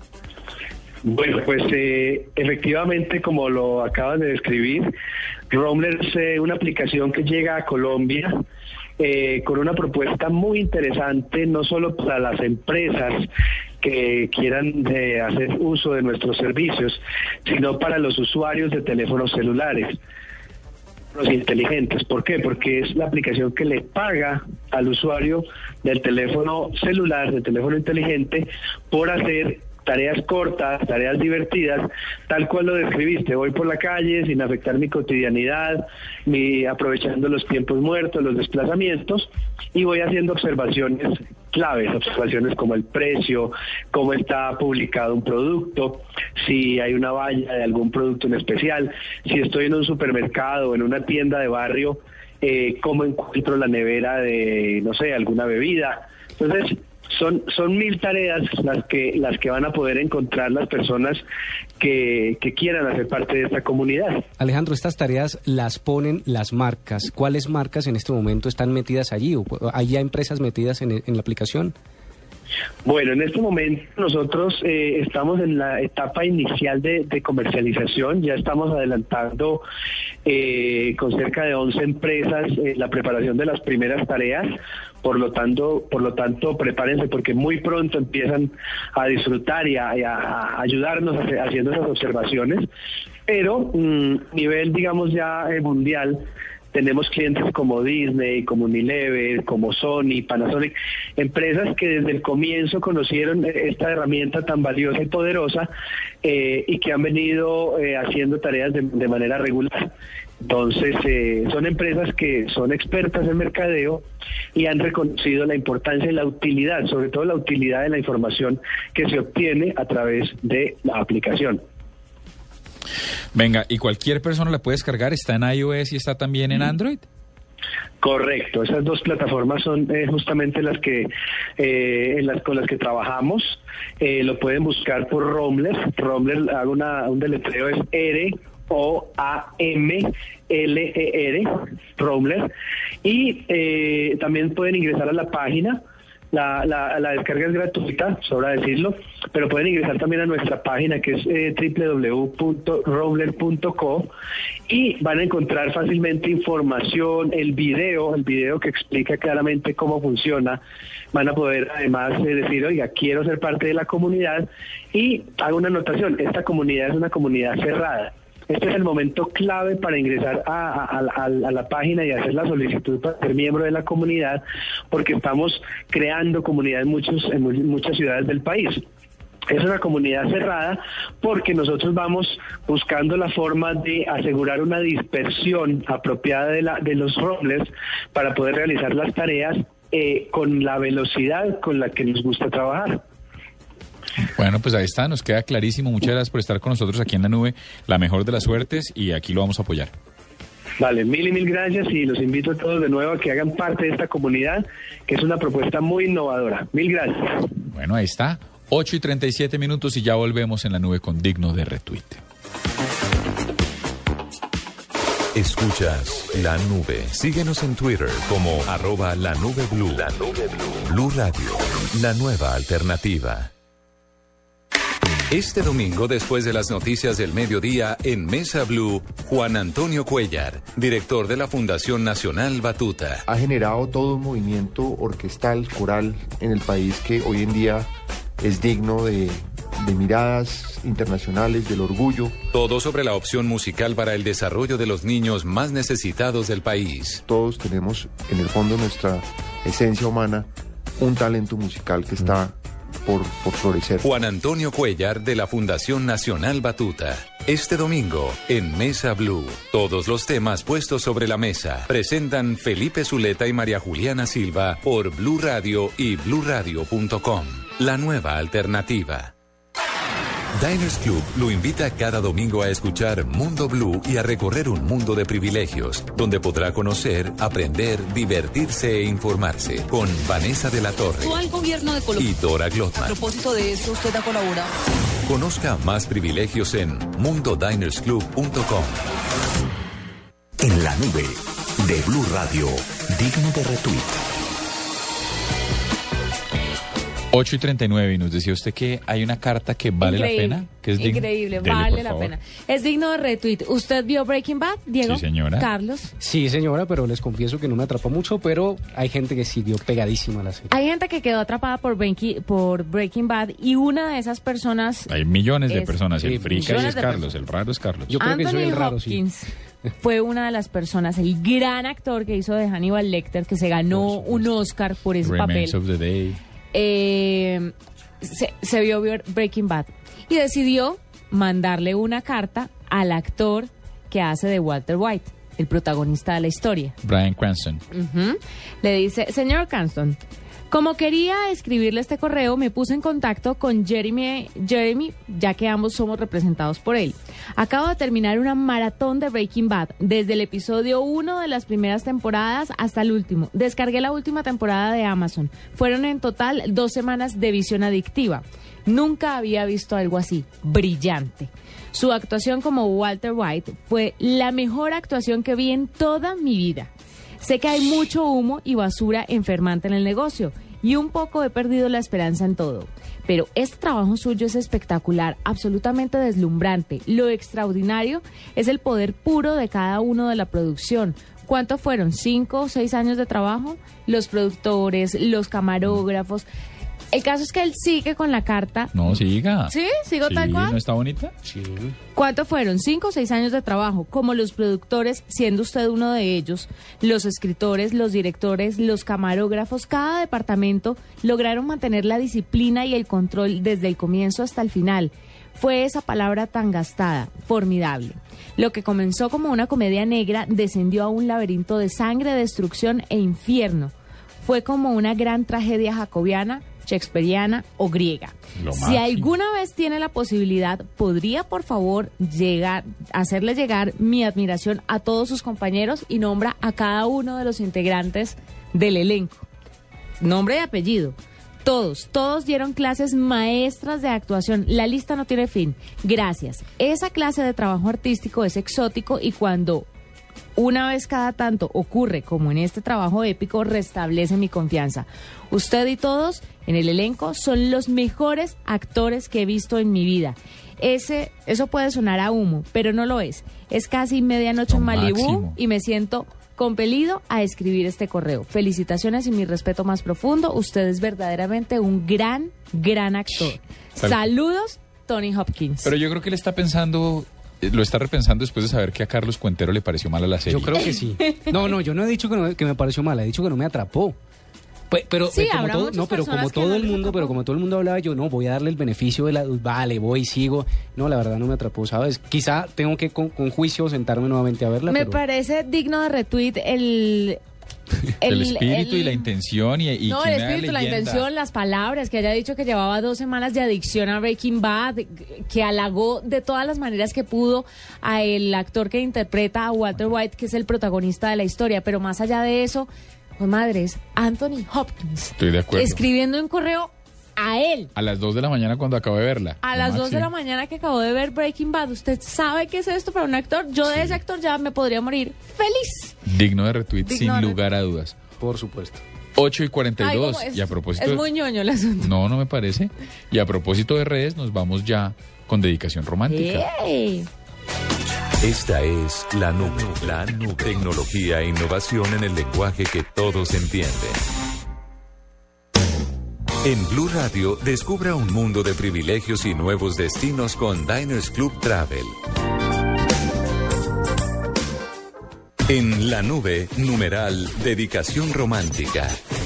Bueno, pues efectivamente, como lo acaban de describir, Roamler es una aplicación que llega a Colombia con una propuesta muy interesante, no solo para las empresas que quieran hacer uso de nuestros servicios, sino para los usuarios de teléfonos celulares, los inteligentes. ¿Por qué? Porque es la aplicación que le paga al usuario del teléfono celular, del teléfono inteligente, por hacer tareas cortas, tareas divertidas, tal cual lo describiste. Voy por la calle sin afectar mi cotidianidad, aprovechando los tiempos muertos, los desplazamientos, y voy haciendo observaciones claves, observaciones como el precio, cómo está publicado un producto, si hay una valla de algún producto en especial, si estoy en un supermercado o en una tienda de barrio, cómo encuentro la nevera de, no sé, alguna bebida. Entonces, son 1000 tareas las que van a poder encontrar las personas que quieran hacer parte de esta comunidad. Alejandro, estas tareas las ponen las marcas. ¿Cuáles marcas en este momento están metidas allí? ¿Hay ya empresas metidas en la aplicación? Bueno, en este momento nosotros estamos en la etapa inicial de comercialización. Ya estamos adelantando con cerca de 11 empresas la preparación de las primeras tareas. Por lo tanto, prepárense porque muy pronto empiezan a disfrutar y a ayudarnos haciendo esas observaciones. Pero nivel, digamos, ya mundial, tenemos clientes como Disney, como Unilever, como Sony, Panasonic, empresas que desde el comienzo conocieron esta herramienta tan valiosa y poderosa y que han venido haciendo tareas de manera regular. Entonces, son empresas que son expertas en mercadeo y han reconocido la importancia y la utilidad, sobre todo la utilidad de la información que se obtiene a través de la aplicación. Venga, ¿y cualquier persona la puede descargar? ¿Está en iOS y está también en Android? Correcto, esas dos plataformas son justamente las que con las que trabajamos. Lo pueden buscar por Roamler. Roamler, hago un deletreo, es ROAMLER, Roamler, y también pueden ingresar a la página. La descarga es gratuita, sobra decirlo, pero pueden ingresar también a nuestra página que es www.roamler.co y van a encontrar fácilmente información, el video que explica claramente cómo funciona. Van a poder además decir, oiga, quiero ser parte de la comunidad, y hago una anotación, esta comunidad es una comunidad cerrada. Este es el momento clave para ingresar a la página y hacer la solicitud para ser miembro de la comunidad, porque estamos creando comunidad en muchas ciudades del país. Es una comunidad cerrada porque nosotros vamos buscando la forma de asegurar una dispersión apropiada de los roamlers para poder realizar las tareas con la velocidad con la que nos gusta trabajar. Bueno, pues ahí está, nos queda clarísimo. Muchas gracias por estar con nosotros aquí en La Nube. La mejor de las suertes y aquí lo vamos a apoyar. Vale, mil gracias y los invito a todos de nuevo a que hagan parte de esta comunidad, que es una propuesta muy innovadora. Mil gracias. Bueno, ahí está, 8:37 y ya volvemos en La Nube con Digno de Retweet. Escuchas La Nube. Síguenos en Twitter como @lanubeblu. La Nube Blue. Blue Radio, la nueva alternativa. Este domingo, después de las noticias del mediodía, en Mesa Blue, Juan Antonio Cuellar, director de la Fundación Nacional Batuta. Ha generado todo un movimiento orquestal, coral en el país que hoy en día es digno de de miradas internacionales, del orgullo. Todo sobre la opción musical para el desarrollo de los niños más necesitados del país. Todos tenemos en el fondo de nuestra esencia humana un talento musical que está por florecer. Juan Antonio Cuellar de la Fundación Nacional Batuta. Este domingo en Mesa Blue, todos los temas puestos sobre la mesa presentan Felipe Zuleta y María Juliana Silva por Blue Radio y bluradio.com. La nueva alternativa. Diners Club lo invita cada domingo a escuchar Mundo Blue y a recorrer un mundo de privilegios, donde podrá conocer, aprender, divertirse e informarse con Vanessa de la Torre Gobierno de Colombia. y Dora Glotman. A propósito de eso, usted ha colaborado. Conozca más privilegios en mundodinersclub.com. En la nube de Blue Radio, digno de retweet. 8:39, y nos decía usted que hay una carta que vale la pena, que es increíble, Dele, vale por la favor. pena. Es digno de retweet. ¿Usted vio Breaking Bad, Diego? Sí, señora. Carlos. Sí, señora, pero les confieso que no me atrapó mucho, pero hay gente que siguió pegadísima a la serie. Hay gente que quedó atrapada por Breaking Bad y una de esas personas... Hay millones de Es- personas, el sí, frica y millones es de Carlos, el raro es Carlos. Yo creo que soy Anthony el raro, sí. Hopkins fue una de las personas, el gran actor que hizo de Hannibal Lecter, que se ganó un Oscar por ese Remains papel. of the Day. Se vio Breaking Bad y decidió mandarle una carta al actor que hace de Walter White, el protagonista de la historia. Bryan Cranston. Ujú. Le dice: señor Cranston, como quería escribirle este correo, me puse en contacto con Jeremy, ya que ambos somos representados por él. Acabo de terminar una maratón de Breaking Bad, desde el episodio 1 de las primeras temporadas hasta el último. Descargué la última temporada de Amazon. Fueron en total 2 semanas de visión adictiva. Nunca había visto algo así. Brillante. Su actuación como Walter White fue la mejor actuación que vi en toda mi vida. Sé que hay mucho humo y basura enfermante en el negocio y un poco he perdido la esperanza en todo. Pero este trabajo suyo es espectacular, absolutamente deslumbrante. Lo extraordinario es el poder puro de cada uno de la producción. ¿Cuánto fueron? ¿5 o 6 años de trabajo? Los productores, los camarógrafos. El caso es que él sigue con la carta. No, siga. ¿Sí? ¿Sigo Sí, tal cual? ¿no está bonita? Sí. ¿Cuánto fueron? 5 o 6 años de trabajo, como los productores, siendo usted uno de ellos, los escritores, los directores, los camarógrafos, cada departamento lograron mantener la disciplina y el control desde el comienzo hasta el final. Fue esa palabra tan gastada, formidable. Lo que comenzó como una comedia negra descendió a un laberinto de sangre, destrucción e infierno. Fue como una gran tragedia jacobiana, shakespeariana o griega. Lo Si máximo. alguna vez tiene la posibilidad, ¿podría por favor hacerle llegar mi admiración a todos sus compañeros y nombra a cada uno de los integrantes del elenco? Nombre y apellido. Todos dieron clases maestras de actuación. La lista no tiene fin. Gracias. Esa clase de trabajo artístico es exótico y cuando una vez cada tanto ocurre, como en este trabajo épico, restablece mi confianza. Usted y todos en el elenco son los mejores actores que he visto en mi vida. Eso puede sonar a humo, pero no lo es. Es casi medianoche en Malibú máximo. y me siento compelido a escribir este correo. Felicitaciones y mi respeto más profundo. Usted es verdaderamente un gran actor. Tal- Saludos, Tony Hopkins. Pero yo creo que él está pensando, lo está repensando después de saber que a Carlos Cuentero le pareció mala la serie. Yo creo que sí. No, yo no he dicho que me pareció mala, he dicho que no me atrapó. Pero Sí, como habrá todo, muchas no, pero personas como que todo no el les mundo, atrapó. pero como todo el mundo hablaba, yo no voy a darle el beneficio de la vale, voy, sigo. No, la verdad no me atrapó, ¿sabes? Quizá tengo que con juicio sentarme nuevamente a verla. Me pero... parece digno de retweet el espíritu y la intención y no, que el una espíritu, la leyenda. intención, las palabras, que haya dicho que llevaba 2 semanas de adicción a Breaking Bad, que halagó de todas las maneras que pudo a el actor que interpreta a Walter White, que es el protagonista de la historia. Pero más allá de eso, pues madre, es Anthony Hopkins. Estoy de acuerdo. Escribiendo un correo a él. A las 2 de la mañana cuando acabo de verla. A Lo las 2 de máximo. la mañana que acabo de ver Breaking Bad. ¿Usted sabe qué es esto para un actor? Yo de ese actor ya me podría morir feliz. Digno de retweet, Digno sin de lugar a dudas. Por supuesto. 8:42. Ay, ¿cómo es? Y a propósito... Es muy ñoño el asunto. No me parece. Y a propósito de redes, nos vamos ya con dedicación romántica. ¡Ey! Esta es La Nube. La Nube. Tecnología e innovación en el lenguaje que todos entienden. En Blue Radio, descubra un mundo de privilegios y nuevos destinos con Diners Club Travel. En la nube, numeral, dedicación romántica.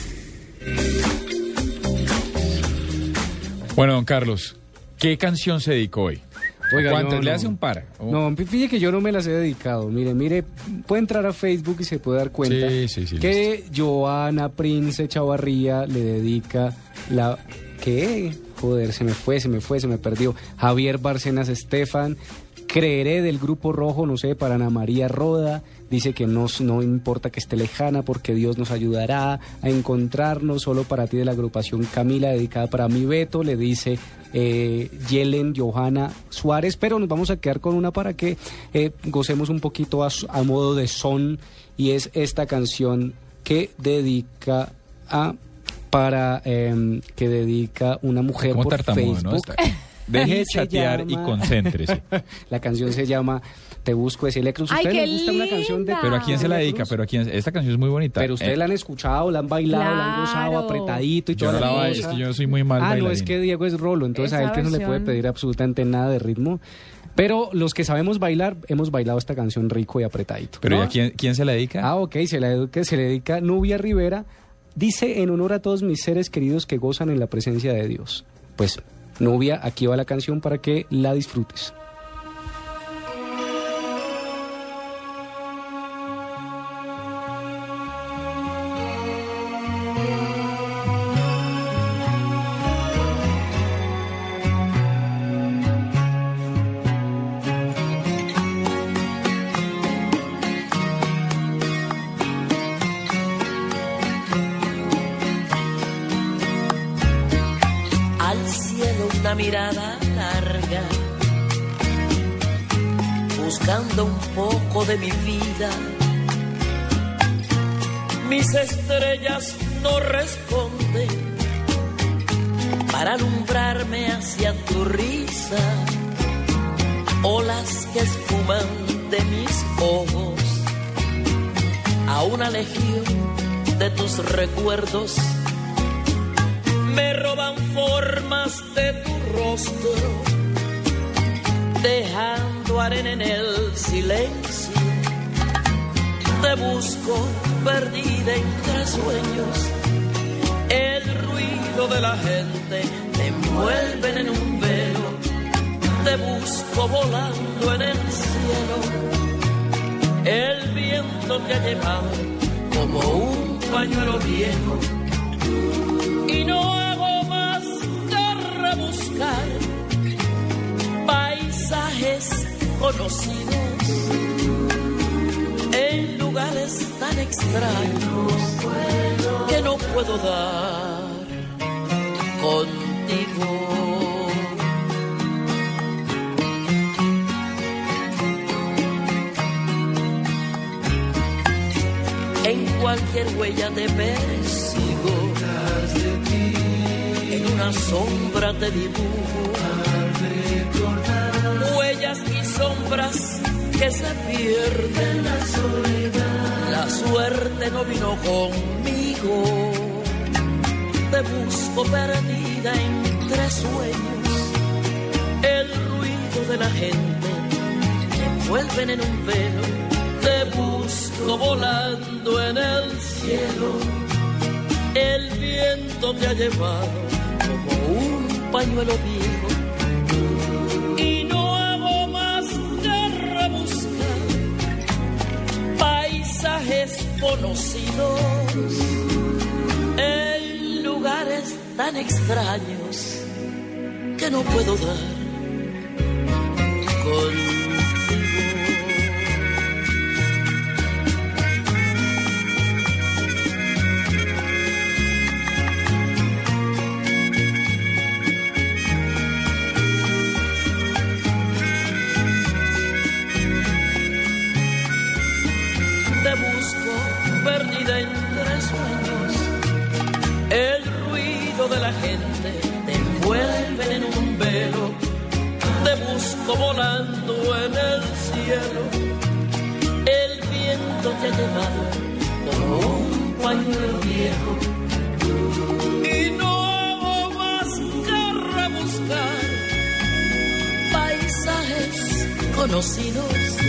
Bueno, don Carlos, ¿qué canción se dedicó hoy? Oiga, ¿Cuántas? no, ¿Le no. hace un par? No, fíjate que yo no me las he dedicado. Mire, puede entrar a Facebook y se puede dar cuenta Sí, que Joana Prince Chavarría le dedica la... ¿Qué? Joder, se me perdió. Javier Bárcenas Estefan, Creeré del Grupo Rojo, no sé, para Ana María Roda. Dice que no importa que esté lejana porque Dios nos ayudará a encontrarnos. Solo para ti, de la agrupación Camila, dedicada para mi Beto. Le dice Yelen Johanna Suárez, pero nos vamos a quedar con una para que gocemos un poquito a modo de son, y es esta canción que dedica una mujer por Facebook. ¿No? Deje de chatear y concéntrese. La canción se llama Te Busco, es Electros. ¡Ay, ¿Ustedes qué les gusta una canción de... ¿Pero a quién se la dedica? Electros? Esta canción es muy bonita. Pero ustedes la han escuchado, la han bailado, la han gozado apretadito y yo toda la cosa. Es que yo soy muy mal bailarín. No, es que Diego es rolo, entonces a él que no le puede pedir absolutamente nada de ritmo. Pero los que sabemos bailar, hemos bailado esta canción rico y apretadito. ¿Pero ¿no? ¿y a quién se la dedica? Ok, se le dedica Nubia Rivera. Dice: en honor a todos mis seres queridos que gozan en la presencia de Dios. Pues, Nubia, aquí va la canción para que la disfrutes. Mirada larga, buscando un poco de mi vida. Mis estrellas no responden para alumbrarme hacia tu risa, olas que esfuman de mis ojos a una legión de tus recuerdos. Me roban formas de tu rostro, dejando arena en el silencio. Te busco perdida entre sueños. El ruido de la gente te envuelven en un velo. Te busco volando en el cielo. El viento te ha llevado como un pañuelo viejo. Y no hago más que rebuscar paisajes conocidos en lugares tan extraños que no puedo dar contigo. En cualquier huella te persigo, en una sombra te dibujo, huellas y sombras que se pierden. La suerte no vino conmigo. Te busco perdida entre sueños. El ruido de la gente te envuelven en un velo. Te busco volando en el cielo. El viento te ha llevado como un pañuelo viejo. Y no hago más que rebuscar paisajes conocidos en lugares tan extraños que no puedo dar contigo. Perdida entre sueños, el ruido de la gente te envuelve en un velo. Te busco volando en el cielo. El viento te ha llevado como un pañuelo viejo. Y no hago conocidos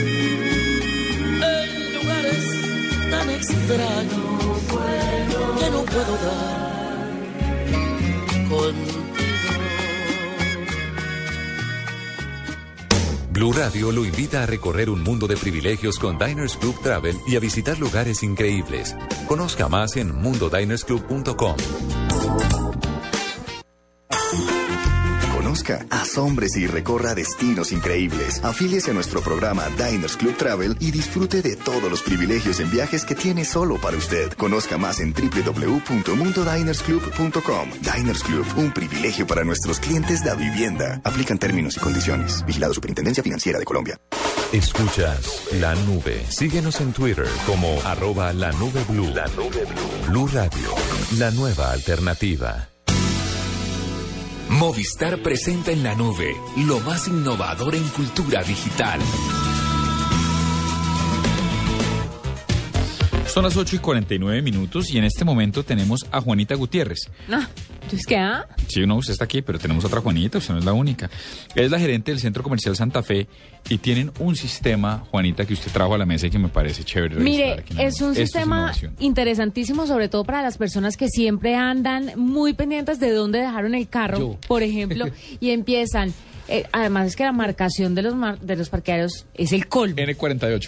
en lugares tan extraños que no puedo dar contigo. Blue Radio lo invita a recorrer un mundo de privilegios con Diners Club Travel y a visitar lugares increíbles. Conozca más en mundodinersclub.com. Conozca, asómbrese y recorra destinos increíbles. Afíliese a nuestro programa Diners Club Travel y disfrute de todos los privilegios en viajes que tiene solo para usted. Conozca más en www.mundodinersclub.com. Diners Club, un privilegio para nuestros clientes de vivienda. Aplican términos y condiciones. Vigilado Superintendencia Financiera de Colombia. Escuchas La Nube. Síguenos en Twitter como @lanubeblu. La Nube Blue. Blue Radio, la nueva alternativa. Movistar presenta en la nube lo más innovador en cultura digital. Son las 8:49 y en este momento tenemos a Juanita Gutiérrez. ¿Es que Sí, no, usted está aquí, pero tenemos otra Juanita, usted no es la única. Es la gerente del Centro Comercial Santa Fe y tienen un sistema, Juanita, que usted trajo a la mesa y que me parece chévere. Mire, es un sistema interesantísimo, sobre todo para las personas que siempre andan muy pendientes de dónde dejaron el carro, por ejemplo, y empiezan... además es que la marcación de los parqueaderos es el colmo. N48.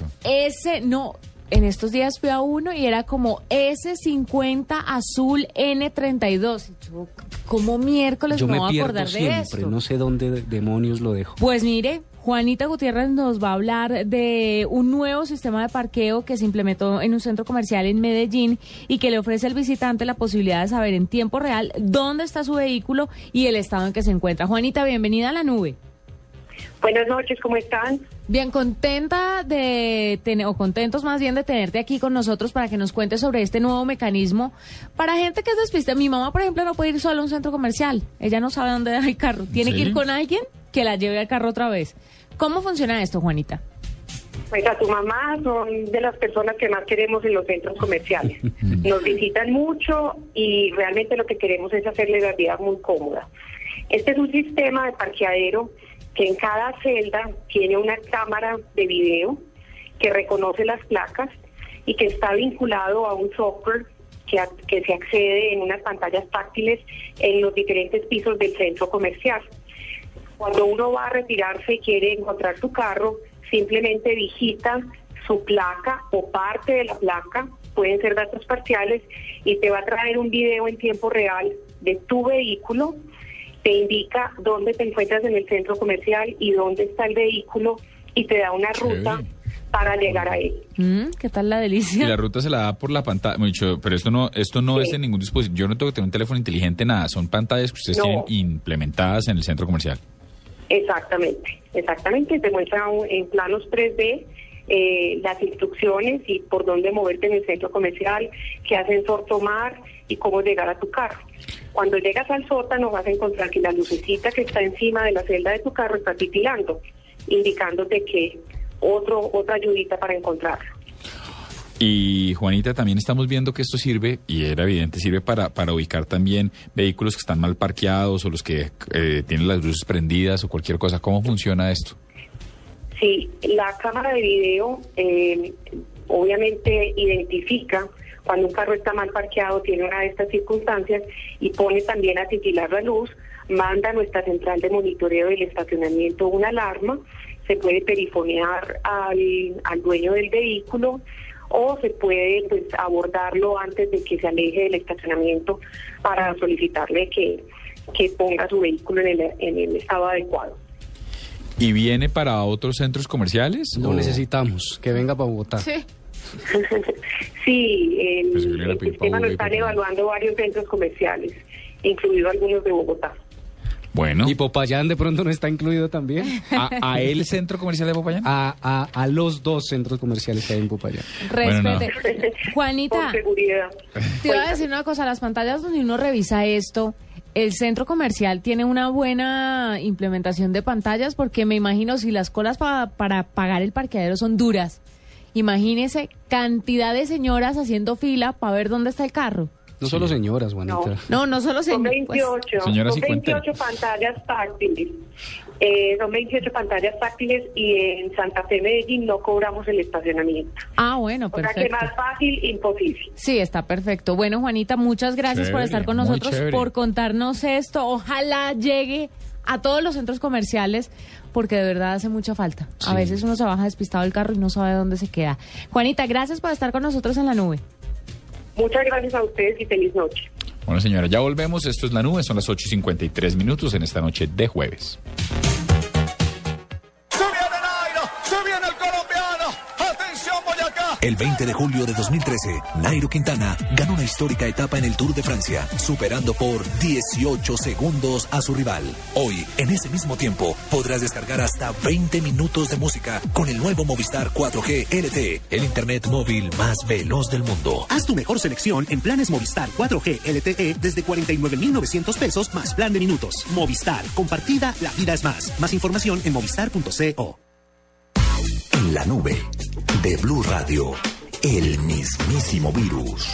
En estos días fui a uno y era como S50 azul N32. Yo, ¿cómo miércoles me voy a acordar de esto? No sé dónde demonios lo dejo. Pues mire, Juanita Gutiérrez nos va a hablar de un nuevo sistema de parqueo que se implementó en un centro comercial en Medellín y que le ofrece al visitante la posibilidad de saber en tiempo real dónde está su vehículo y el estado en que se encuentra. Juanita, bienvenida a La Nube. Buenas noches, ¿cómo están? Bien, contenta de contentos más bien de tenerte aquí con nosotros para que nos cuentes sobre este nuevo mecanismo para gente que es despistada. Mi mamá, por ejemplo, no puede ir sola a un centro comercial. Ella no sabe dónde deja el carro. Tiene que ir con alguien que la lleve al carro otra vez. ¿Cómo funciona esto, Juanita? Pues a tu mamá son de las personas que más queremos en los centros comerciales. Nos visitan mucho y realmente lo que queremos es hacerle la vida muy cómoda. Este es un sistema de parqueadero que en cada celda tiene una cámara de video que reconoce las placas y que está vinculado a un software que se accede en unas pantallas táctiles en los diferentes pisos del centro comercial. Cuando uno va a retirarse y quiere encontrar su carro, simplemente digita su placa o parte de la placa, pueden ser datos parciales, y te va a traer un video en tiempo real de tu vehículo. Te indica dónde te encuentras en el centro comercial y dónde está el vehículo y te da una ruta para llegar a él. ¿Qué tal la delicia? Y la ruta se la da por la pantalla, pero esto no es en ningún dispositivo. Yo no tengo que tener un teléfono inteligente, nada. Son pantallas que ustedes tienen implementadas en el centro comercial. Exactamente. Te muestra en planos 3D las instrucciones y por dónde moverte en el centro comercial, qué ascensor tomar y cómo llegar a tu carro. Cuando llegas al sótano vas a encontrar que la lucecita que está encima de la celda de tu carro está titilando, indicándote que otra ayudita para encontrarlo. Y Juanita, también estamos viendo que esto sirve, y era evidente, sirve para ubicar también vehículos que están mal parqueados o los que tienen las luces prendidas o cualquier cosa. ¿Cómo funciona esto? Sí, la cámara de video obviamente identifica cuando un carro está mal parqueado, tiene una de estas circunstancias, y pone también a titilar la luz, manda a nuestra central de monitoreo del estacionamiento una alarma, se puede perifonear al dueño del vehículo o se puede abordarlo antes de que se aleje del estacionamiento para solicitarle que ponga su vehículo en el estado adecuado. ¿Y viene para otros centros comerciales? Lo necesitamos, que venga para Bogotá. Sí, el sistema lo están evaluando varios centros comerciales, incluido algunos de Bogotá. Bueno. ¿Y Popayán de pronto no está incluido también? ¿A el centro comercial de Popayán? A los dos centros comerciales que hay en Popayán. Respete. Bueno, no. Juanita, por seguridad. Te iba a decir una cosa, las pantallas donde uno revisa esto, el centro comercial tiene una buena implementación de pantallas, porque me imagino si las colas para pagar el parqueadero son duras, imagínese cantidad de señoras haciendo fila para ver dónde está el carro. No solo señoras, Juanita. No solo Son señoras. 28, Señoras son 28 pantallas táctiles. Son 28 pantallas táctiles y en Santa Fe, Medellín, no cobramos el estacionamiento. Bueno, perfecto. O sea que más fácil, imposible. Sí, está perfecto. Bueno, Juanita, muchas gracias por estar con nosotros, por contarnos esto. Ojalá llegue a todos los centros comerciales, porque de verdad hace mucha falta. Sí. A veces uno se baja despistado del carro y no sabe dónde se queda. Juanita, gracias por estar con nosotros en La Nube. Muchas gracias a ustedes y feliz noche. Bueno, señora, ya volvemos. Esto es La Nube. Son las 8:53 en esta noche de jueves. El 20 de julio de 2013, Nairo Quintana ganó una histórica etapa en el Tour de Francia, superando por 18 segundos a su rival. Hoy, en ese mismo tiempo, podrás descargar hasta 20 minutos de música con el nuevo Movistar 4G LTE, el internet móvil más veloz del mundo. Haz tu mejor selección en planes Movistar 4G LTE desde 49.900 pesos más plan de minutos. Movistar, compartida, la vida es más. Más información en movistar.co. En La Nube de Blue Radio, el mismísimo virus.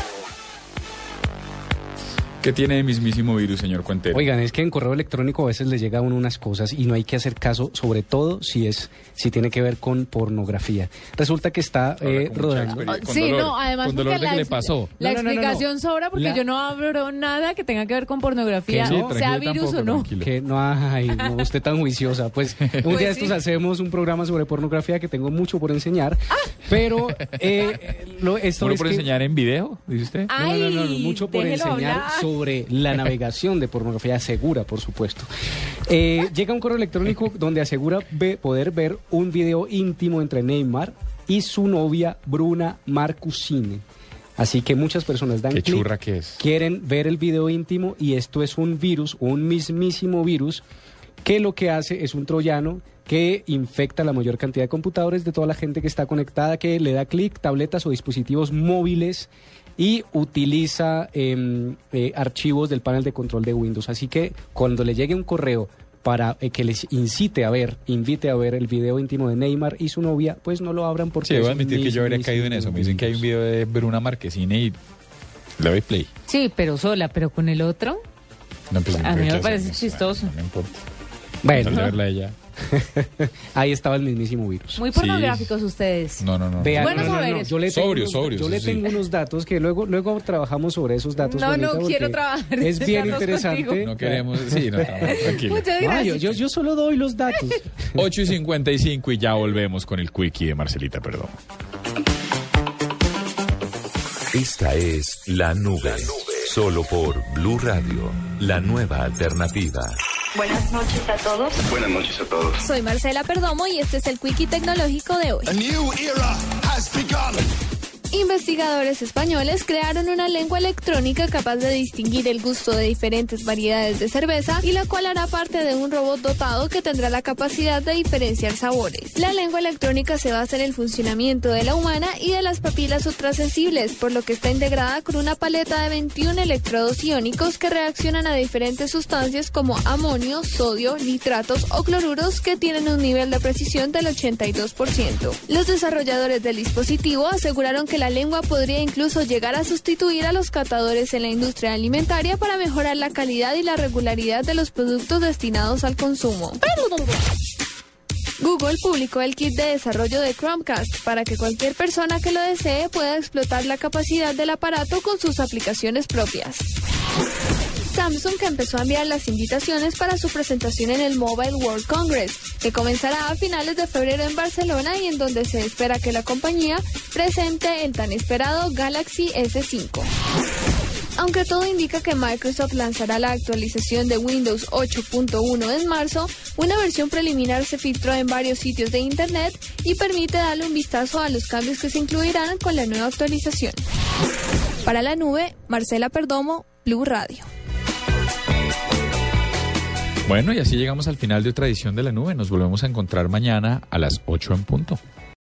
¿Qué tiene de mismísimo virus, señor Cuentero? Oigan, es que en correo electrónico a veces les llega a uno unas cosas y no hay que hacer caso, sobre todo si tiene que ver con pornografía. Resulta que está rodando. Sí, no, además con dolor de que le pasó. La explicación sobra porque yo no hablo nada que tenga que ver con pornografía, no, sea virus tampoco, o no. Tranquilo. Que no, usted tan juiciosa. Pues un día de estos hacemos un programa sobre pornografía que tengo mucho por enseñar, pero esto ¿Por enseñar en video, dice usted? No, mucho por enseñar sobre la navegación de pornografía segura, por supuesto. Llega un correo electrónico donde asegura poder ver un video íntimo entre Neymar y su novia Bruna Marquezine. Así que muchas personas dan clic, quieren ver el video íntimo y esto es un virus, un mismísimo virus, que lo que hace es un troyano que infecta la mayor cantidad de computadores de toda la gente que está conectada, que le da clic, tabletas o dispositivos móviles y utiliza archivos del panel de control de Windows. Así que cuando le llegue un correo para que les invite a ver el video íntimo de Neymar y su novia, pues no lo abran porque... Sí, voy a admitir que yo habría caído en eso. Me dicen que hay un video de Bruna Marquezine y le doy play. Sí, pero sola, pero con el otro... No, pues, a mí me parece chistoso. No importa. Bueno, verla ella. Ahí estaba el mismísimo virus. Muy pornográficos ustedes. No. Vean, bueno, saber. Yo le tengo unos datos que luego trabajamos sobre esos datos. No quiero trabajar. Es bien interesante. Contigo. No queremos, tranquilo. Muchas gracias. Yo solo doy los datos. 8:55 y ya volvemos con el Quickie de Marcelita Perdomo. Esta es La Nube, solo por Blue Radio, la nueva alternativa. Buenas noches a todos. Buenas noches a todos. Soy Marcela Perdomo y este es el Quickie Tecnológico de hoy. A new era has begun. Investigadores españoles crearon una lengua electrónica capaz de distinguir el gusto de diferentes variedades de cerveza y la cual hará parte de un robot dotado que tendrá la capacidad de diferenciar sabores. La lengua electrónica se basa en el funcionamiento de la humana y de las papilas ultrasensibles, por lo que está integrada con una paleta de 21 electrodos iónicos que reaccionan a diferentes sustancias como amonio, sodio, nitratos o cloruros que tienen un nivel de precisión del 82%. Los desarrolladores del dispositivo aseguraron que la lengua podría incluso llegar a sustituir a los catadores en la industria alimentaria para mejorar la calidad y la regularidad de los productos destinados al consumo. Google publicó el kit de desarrollo de Chromecast para que cualquier persona que lo desee pueda explotar la capacidad del aparato con sus aplicaciones propias. Samsung empezó a enviar las invitaciones para su presentación en el Mobile World Congress, que comenzará a finales de febrero en Barcelona y en donde se espera que la compañía presente el tan esperado Galaxy S5. Aunque todo indica que Microsoft lanzará la actualización de Windows 8.1 en marzo, una versión preliminar se filtró en varios sitios de Internet y permite darle un vistazo a los cambios que se incluirán con la nueva actualización. Para La Nube, Marcela Perdomo, Blue Radio. Bueno, y así llegamos al final de otra edición de La Nube. Nos volvemos a encontrar mañana a las 8 en punto.